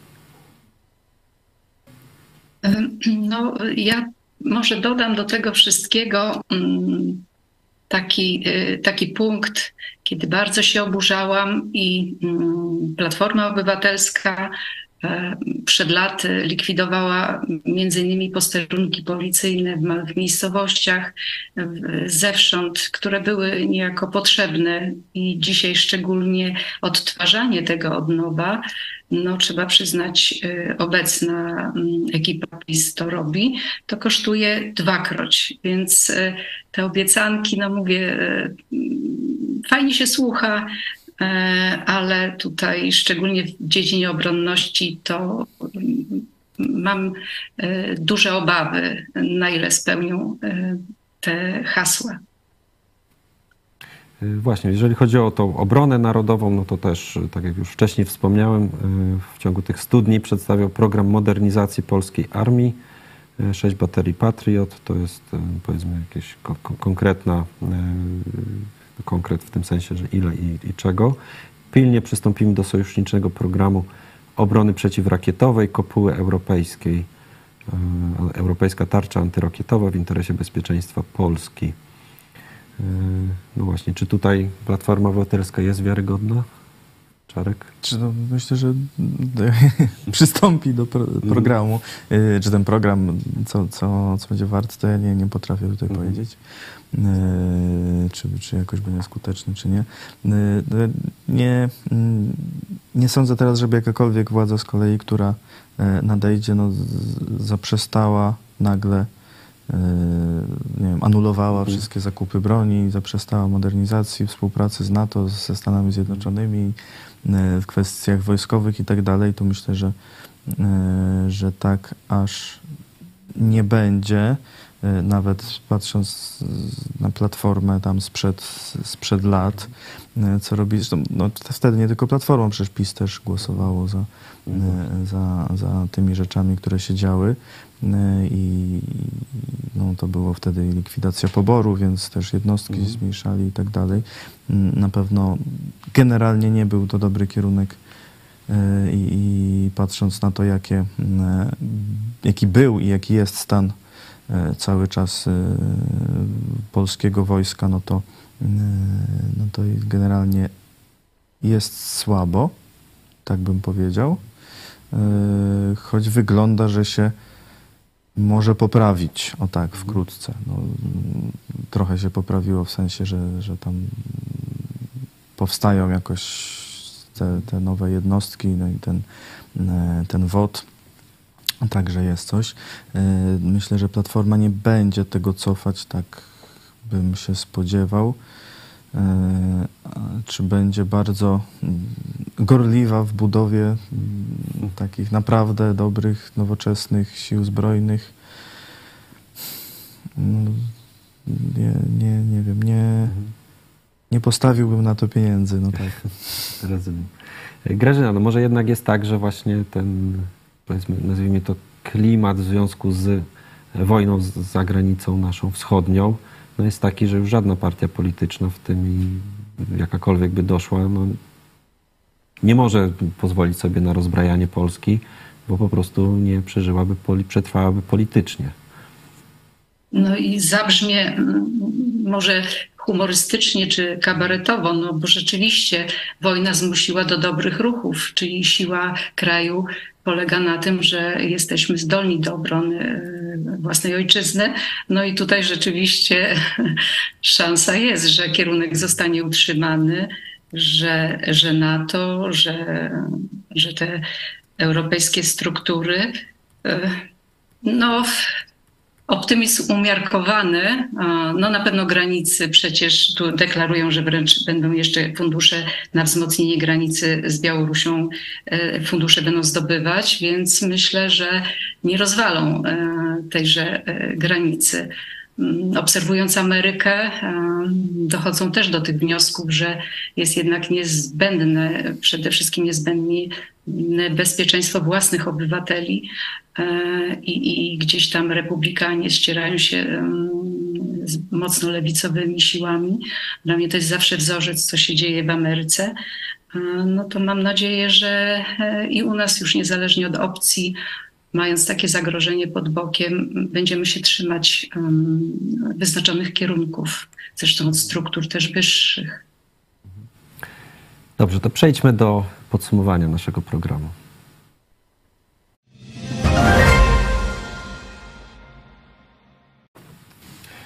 No, ja może dodam do tego wszystkiego taki, taki punkt, kiedy bardzo się oburzałam i Platforma Obywatelska przed laty likwidowała między innymi posterunki policyjne w miejscowościach zewsząd, które były niejako potrzebne i dzisiaj szczególnie odtwarzanie tego od nowa, no trzeba przyznać, obecna ekipa PiS to robi, to kosztuje dwakroć, więc te obiecanki, no mówię, fajnie się słucha, ale tutaj szczególnie w dziedzinie obronności to mam duże obawy, na ile spełnią te hasła. Właśnie, jeżeli chodzi o tą obronę narodową, no to też, tak jak już wcześniej wspomniałem, w ciągu tych stu dni przedstawiał program modernizacji polskiej armii. Sześć baterii Patriot, to jest powiedzmy jakaś konkretna, konkret w tym sensie, że ile i, i czego. Pilnie przystąpimy do sojuszniczego programu obrony przeciwrakietowej, kopuły europejskiej, europejska tarcza antyrakietowa w interesie bezpieczeństwa Polski. No właśnie, czy tutaj Platforma Obywatelska jest wiarygodna? Czarek? Czy no, myślę, że przystąpi do pro programu. Mm. Czy ten program, co, co, co będzie wart, to ja nie, nie potrafię tutaj mm. powiedzieć. Czy, czy jakoś będzie skuteczny, czy nie. nie. Nie sądzę teraz, żeby jakakolwiek władza z kolei, która nadejdzie, no, zaprzestała nagle, nie wiem, anulowała wszystkie zakupy broni, zaprzestała modernizacji, współpracy z NATO, ze Stanami Zjednoczonymi w kwestiach wojskowych i tak dalej, to myślę, że, że tak aż nie będzie. Nawet patrząc na Platformę tam sprzed, sprzed lat, co robi, zresztą, no, wtedy nie tylko Platformą, przecież PiS też głosowało za, za, za tymi rzeczami, które się działy i no, to było wtedy likwidacja poboru, więc też jednostki mhm. zmniejszali i tak dalej. Na pewno generalnie nie był to dobry kierunek i, i patrząc na to, jakie, jaki był i jaki jest stan cały czas polskiego wojska, no to, no to generalnie jest słabo, tak bym powiedział, choć wygląda, że się może poprawić, o tak, wkrótce. No, trochę się poprawiło w sensie, że, że tam powstają jakoś te, te nowe jednostki, no i ten, ten W O D. Także jest coś. Myślę, że Platforma nie będzie tego cofać, tak bym się spodziewał. Czy będzie bardzo gorliwa w budowie takich naprawdę dobrych, nowoczesnych sił zbrojnych? Nie, nie, nie wiem. Nie, nie postawiłbym na to pieniędzy. No tak. Rozumiem. Grażyna, no może jednak jest tak, że właśnie ten, powiedzmy, nazwijmy to klimat w związku z wojną za granicą naszą wschodnią, no jest taki, że już żadna partia polityczna, w tym i jakakolwiek by doszła, no nie może pozwolić sobie na rozbrajanie Polski, bo po prostu nie przeżyłaby, przetrwałaby politycznie. No i zabrzmie może humorystycznie czy kabaretowo, no bo rzeczywiście wojna zmusiła do dobrych ruchów, czyli siła kraju polega na tym, że jesteśmy zdolni do obrony własnej ojczyzny. No i tutaj rzeczywiście szansa jest, że kierunek zostanie utrzymany, że, że NATO, że, że te europejskie struktury, no optymizm umiarkowany, no na pewno granicy przecież tu deklarują, że wręcz będą jeszcze fundusze na wzmocnienie granicy z Białorusią, fundusze będą zdobywać, więc myślę, że nie rozwalą tejże granicy. Obserwując Amerykę, dochodzą też do tych wniosków, że jest jednak niezbędne, przede wszystkim niezbędne bezpieczeństwo własnych obywateli i, i gdzieś tam republikanie ścierają się z mocno lewicowymi siłami. Dla mnie to jest zawsze wzorzec, co się dzieje w Ameryce. No to mam nadzieję, że i u nas już niezależnie od opcji, mając takie zagrożenie pod bokiem, będziemy się trzymać um, wyznaczonych kierunków, zresztą od struktur też wyższych. Dobrze, to przejdźmy do podsumowania naszego programu.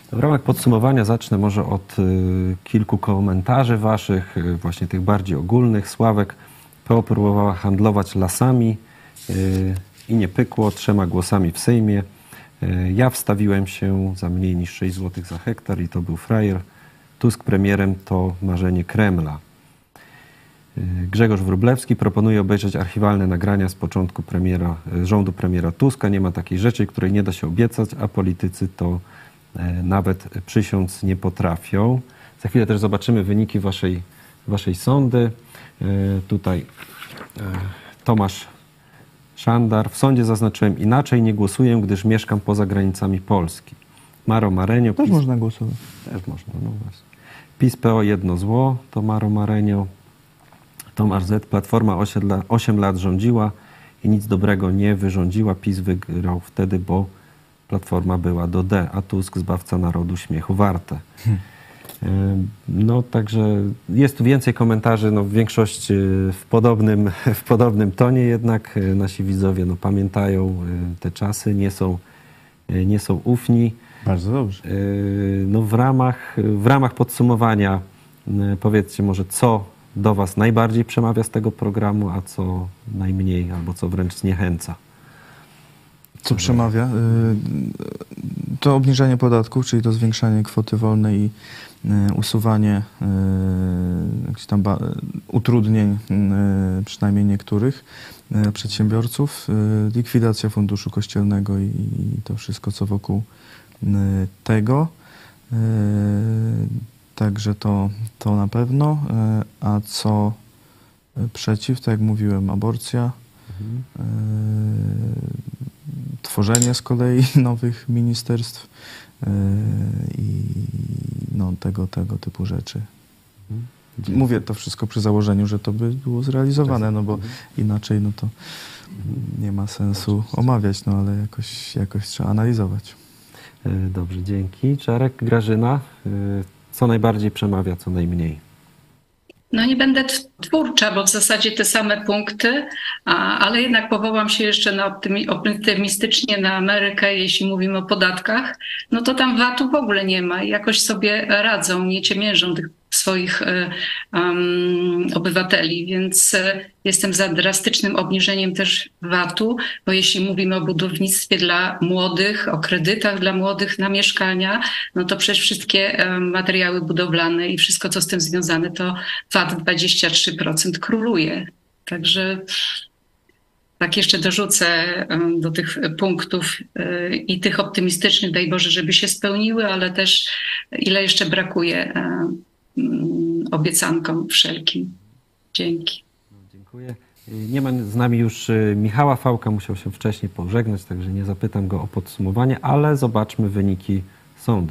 W ramach podsumowania zacznę może od y, kilku komentarzy waszych, y, właśnie tych bardziej ogólnych. Sławek: P O próbowała handlować lasami y, i nie pykło, trzema głosami w Sejmie. Y, ja wstawiłem się za mniej niż sześć złotych za hektar i to był frajer. Tusk premierem to marzenie Kremla. Y, Grzegorz Wróblewski proponuje obejrzeć archiwalne nagrania z początku premiera, y, rządu premiera Tuska. Nie ma takiej rzeczy, której nie da się obiecać, a politycy to nawet przysiąc nie potrafią. Za chwilę też zobaczymy wyniki waszej, waszej sądy. Tutaj Tomasz Szandar: w sądzie zaznaczyłem inaczej, nie głosuję, gdyż mieszkam poza granicami Polski. Maro Marenio. Też PiS, można głosować. Też można, no właśnie. PiS P O jedno zło, to Maro Marenio. Tomasz Z: Platforma osiem lat rządziła i nic dobrego nie wyrządziła. PiS wygrał wtedy, bo Platforma była do D, a Tusk zbawca narodu śmiechu warte. Hmm. No także jest tu więcej komentarzy, no większość w podobnym, w podobnym tonie, jednak nasi widzowie no, pamiętają te czasy, nie są, nie są ufni. Bardzo dobrze. No w ramach, w ramach podsumowania powiedzcie może, co do was najbardziej przemawia z tego programu, a co najmniej, albo co wręcz zniechęca. Co przemawia? To obniżenie podatków, czyli to zwiększanie kwoty wolnej i usuwanie jakichś tam utrudnień, przynajmniej niektórych przedsiębiorców, likwidacja funduszu kościelnego i to wszystko, co wokół tego. Także to, to na pewno. A co przeciw, tak jak mówiłem, aborcja. Mhm. Tworzenie z kolei nowych ministerstw yy, i no, tego, tego typu rzeczy. Mhm. Mówię to wszystko przy założeniu, że to by było zrealizowane, no bo mhm. inaczej no to nie ma sensu omawiać, no ale jakoś, jakoś trzeba analizować. Dobrze, dzięki. Czarek, Grażyna, co najbardziej przemawia, co najmniej? No nie będę twórcza, bo w zasadzie te same punkty, a, ale jednak powołam się jeszcze na optymi, optymistycznie na Amerykę, jeśli mówimy o podatkach. No to tam vatu w ogóle nie ma i jakoś sobie radzą, nie ciemiężą tych swoich um, obywateli, więc e, jestem za drastycznym obniżeniem też vatu, bo jeśli mówimy o budownictwie dla młodych, o kredytach dla młodych na mieszkania, no to przecież wszystkie e, materiały budowlane i wszystko, co z tym związane, to vat dwadzieścia trzy procent króluje. Także tak jeszcze dorzucę e, do tych punktów e, i tych optymistycznych, daj Boże, żeby się spełniły, ale też ile jeszcze brakuje e, obiecankom wszelkim. Dzięki. Dziękuję. Nie ma z nami już Michała Fałka, musiał się wcześniej pożegnać, także nie zapytam go o podsumowanie, ale zobaczmy wyniki sądy.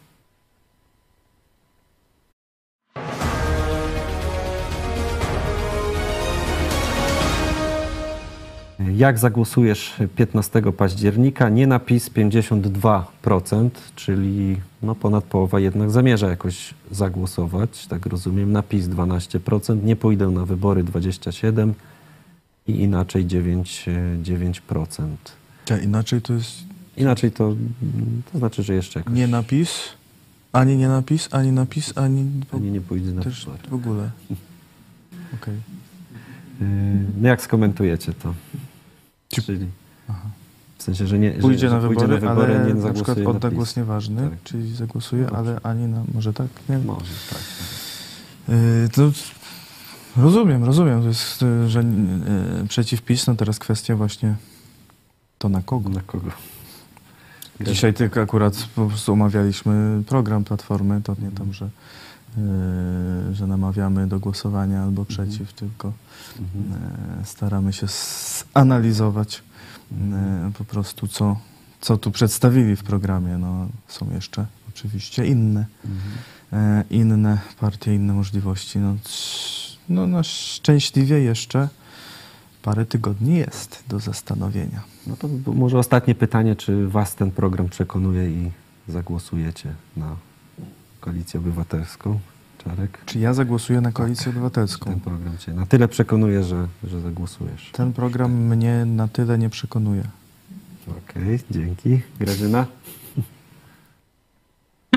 Jak zagłosujesz piętnastego października? Nie na PiS pięćdziesiąt dwa procent, czyli no ponad połowa jednak zamierza jakoś zagłosować, tak rozumiem. Na PiS dwanaście procent, nie pójdę na wybory dwadzieścia siedem procent i inaczej dziewięć procent. Ja, inaczej to jest... Inaczej to, to znaczy, że jeszcze jakoś... Nie na PiS, ani nie na PiS, ani na PiS, ani... Ani nie pójdzie na też wybory. W ogóle. Okej. Okay. No jak skomentujecie to? Czyli Aha. w sensie, że nie pójdzie, że, na, że wybory, pójdzie na wybory, ale nie na przykład zagłosuje odda na głos nieważny, tak. czyli zagłosuje, Dobrze. ale ani na... Może tak? Nie wiem. Może, tak. Yy, to rozumiem, rozumiem, to jest, że yy, przeciw PiS, no teraz kwestia właśnie to na kogo? Na kogo? Dzisiaj tylko akurat po prostu omawialiśmy program Platformy, to nie tam, że, yy, że namawiamy do głosowania albo przeciw, mhm. tylko mhm. yy, staramy się zanalizować yy, po prostu, co, co tu przedstawili w programie. No, są jeszcze oczywiście inne, mhm. yy, inne partie, inne możliwości. No, no, no szczęśliwie jeszcze parę tygodni jest do zastanowienia. No to może ostatnie pytanie, czy was ten program przekonuje i zagłosujecie na Koalicję Obywatelską? Czarek? Czy ja zagłosuję na Koalicję tak. Obywatelską? Ten program cię na tyle przekonuje, że, że zagłosujesz. Ten program mnie na tyle nie przekonuje. Okej, okay, dzięki. Grażyna?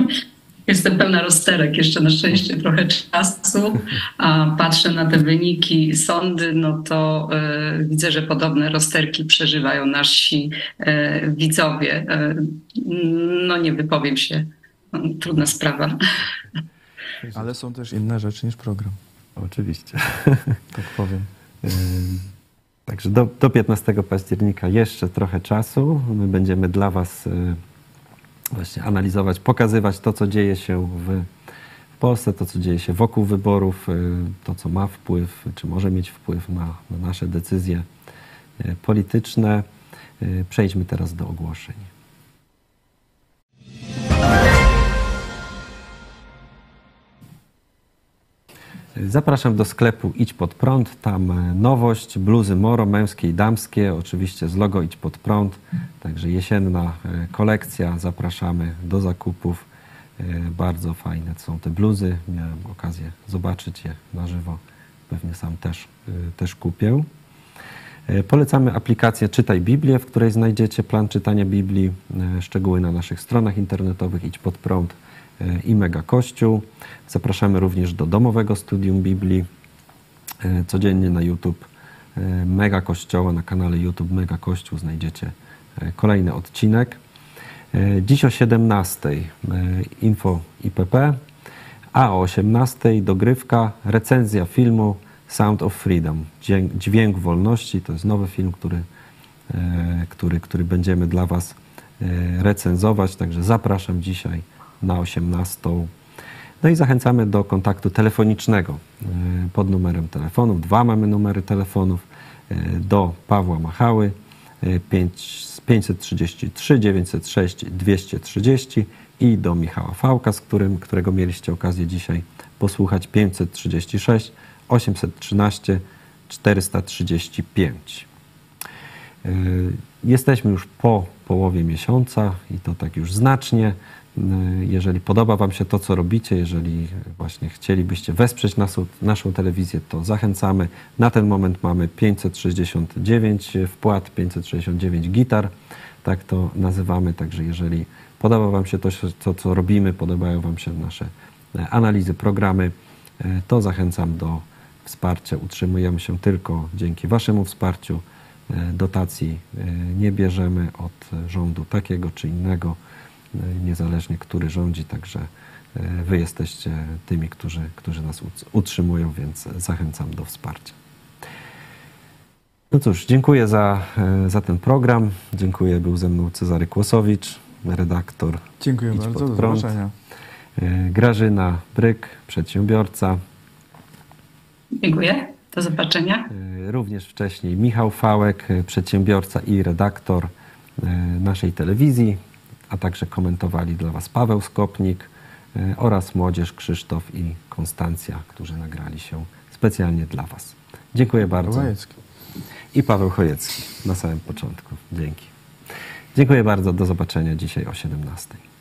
Jestem pełna rozterek, jeszcze na szczęście trochę czasu, a patrzę na te wyniki sądy, no to y, widzę, że podobne rozterki przeżywają nasi y, widzowie. Y, no nie wypowiem się, no, trudna sprawa. Ale są też inne rzeczy niż program. Oczywiście. Tak powiem. Także do, do piętnastego października jeszcze trochę czasu. My będziemy dla Was właśnie analizować, pokazywać to, co dzieje się w Polsce, to, co dzieje się wokół wyborów, to, co ma wpływ, czy może mieć wpływ na, na nasze decyzje polityczne. Przejdźmy teraz do ogłoszeń. Zapraszam do sklepu Idź Pod Prąd, tam nowość, bluzy Moro, męskie i damskie, oczywiście z logo Idź Pod Prąd, także jesienna kolekcja, zapraszamy do zakupów, bardzo fajne są te bluzy, miałem okazję zobaczyć je na żywo, pewnie sam też, też kupię. Polecamy aplikację Czytaj Biblię, w której znajdziecie plan czytania Biblii, szczegóły na naszych stronach internetowych Idź Pod Prąd i Mega Kościół. Zapraszamy również do domowego studium Biblii, codziennie na YouTube Mega Kościoła, na kanale YouTube Mega Kościół znajdziecie kolejny odcinek. Dziś o siedemnastej Info I P P, a o osiemnastej dogrywka, recenzja filmu Sound of Freedom, Dźwięk Wolności. To jest nowy film, który, który, który będziemy dla Was recenzować, także zapraszam dzisiaj na osiemnastą. No i zachęcamy do kontaktu telefonicznego pod numerem telefonów. Dwa mamy numery telefonów. Do Pawła Machały pięćset trzydzieści trzy dziewięćset sześć dwieście trzydzieści i do Michała Fałka, z którym, którego mieliście okazję dzisiaj posłuchać, pięćset trzydzieści sześć osiemset trzynaście czterysta trzydzieści pięć. Jesteśmy już po połowie miesiąca i to tak już znacznie. Jeżeli podoba Wam się to, co robicie, jeżeli właśnie chcielibyście wesprzeć naszą, naszą telewizję, to zachęcamy. Na ten moment mamy pięćset sześćdziesiąt dziewięć wpłat, pięćset sześćdziesiąt dziewięć gitar, tak to nazywamy. Także jeżeli podoba Wam się to, to co robimy, podobają Wam się nasze analizy, programy, to zachęcam do wsparcia. Utrzymujemy się tylko dzięki Waszemu wsparciu. Dotacji nie bierzemy od rządu takiego czy innego, niezależnie który rządzi, także Wy jesteście tymi, którzy, którzy nas utrzymują, więc zachęcam do wsparcia. No cóż, dziękuję za, za ten program. Dziękuję, był ze mną Cezary Kłosowicz, redaktor. Dziękuję Idź bardzo, Pod do Prąd. zobaczenia. Grażyna Bryk, przedsiębiorca. Dziękuję, do zobaczenia. Również wcześniej Michał Fałek, przedsiębiorca i redaktor naszej telewizji, a także komentowali dla Was Paweł Skopnik oraz młodzież Krzysztof i Konstancja, którzy nagrali się specjalnie dla Was. Dziękuję bardzo. Chojecki. I Paweł Chojecki na samym początku. Dzięki. Dziękuję bardzo. Do zobaczenia dzisiaj o siedemnastej.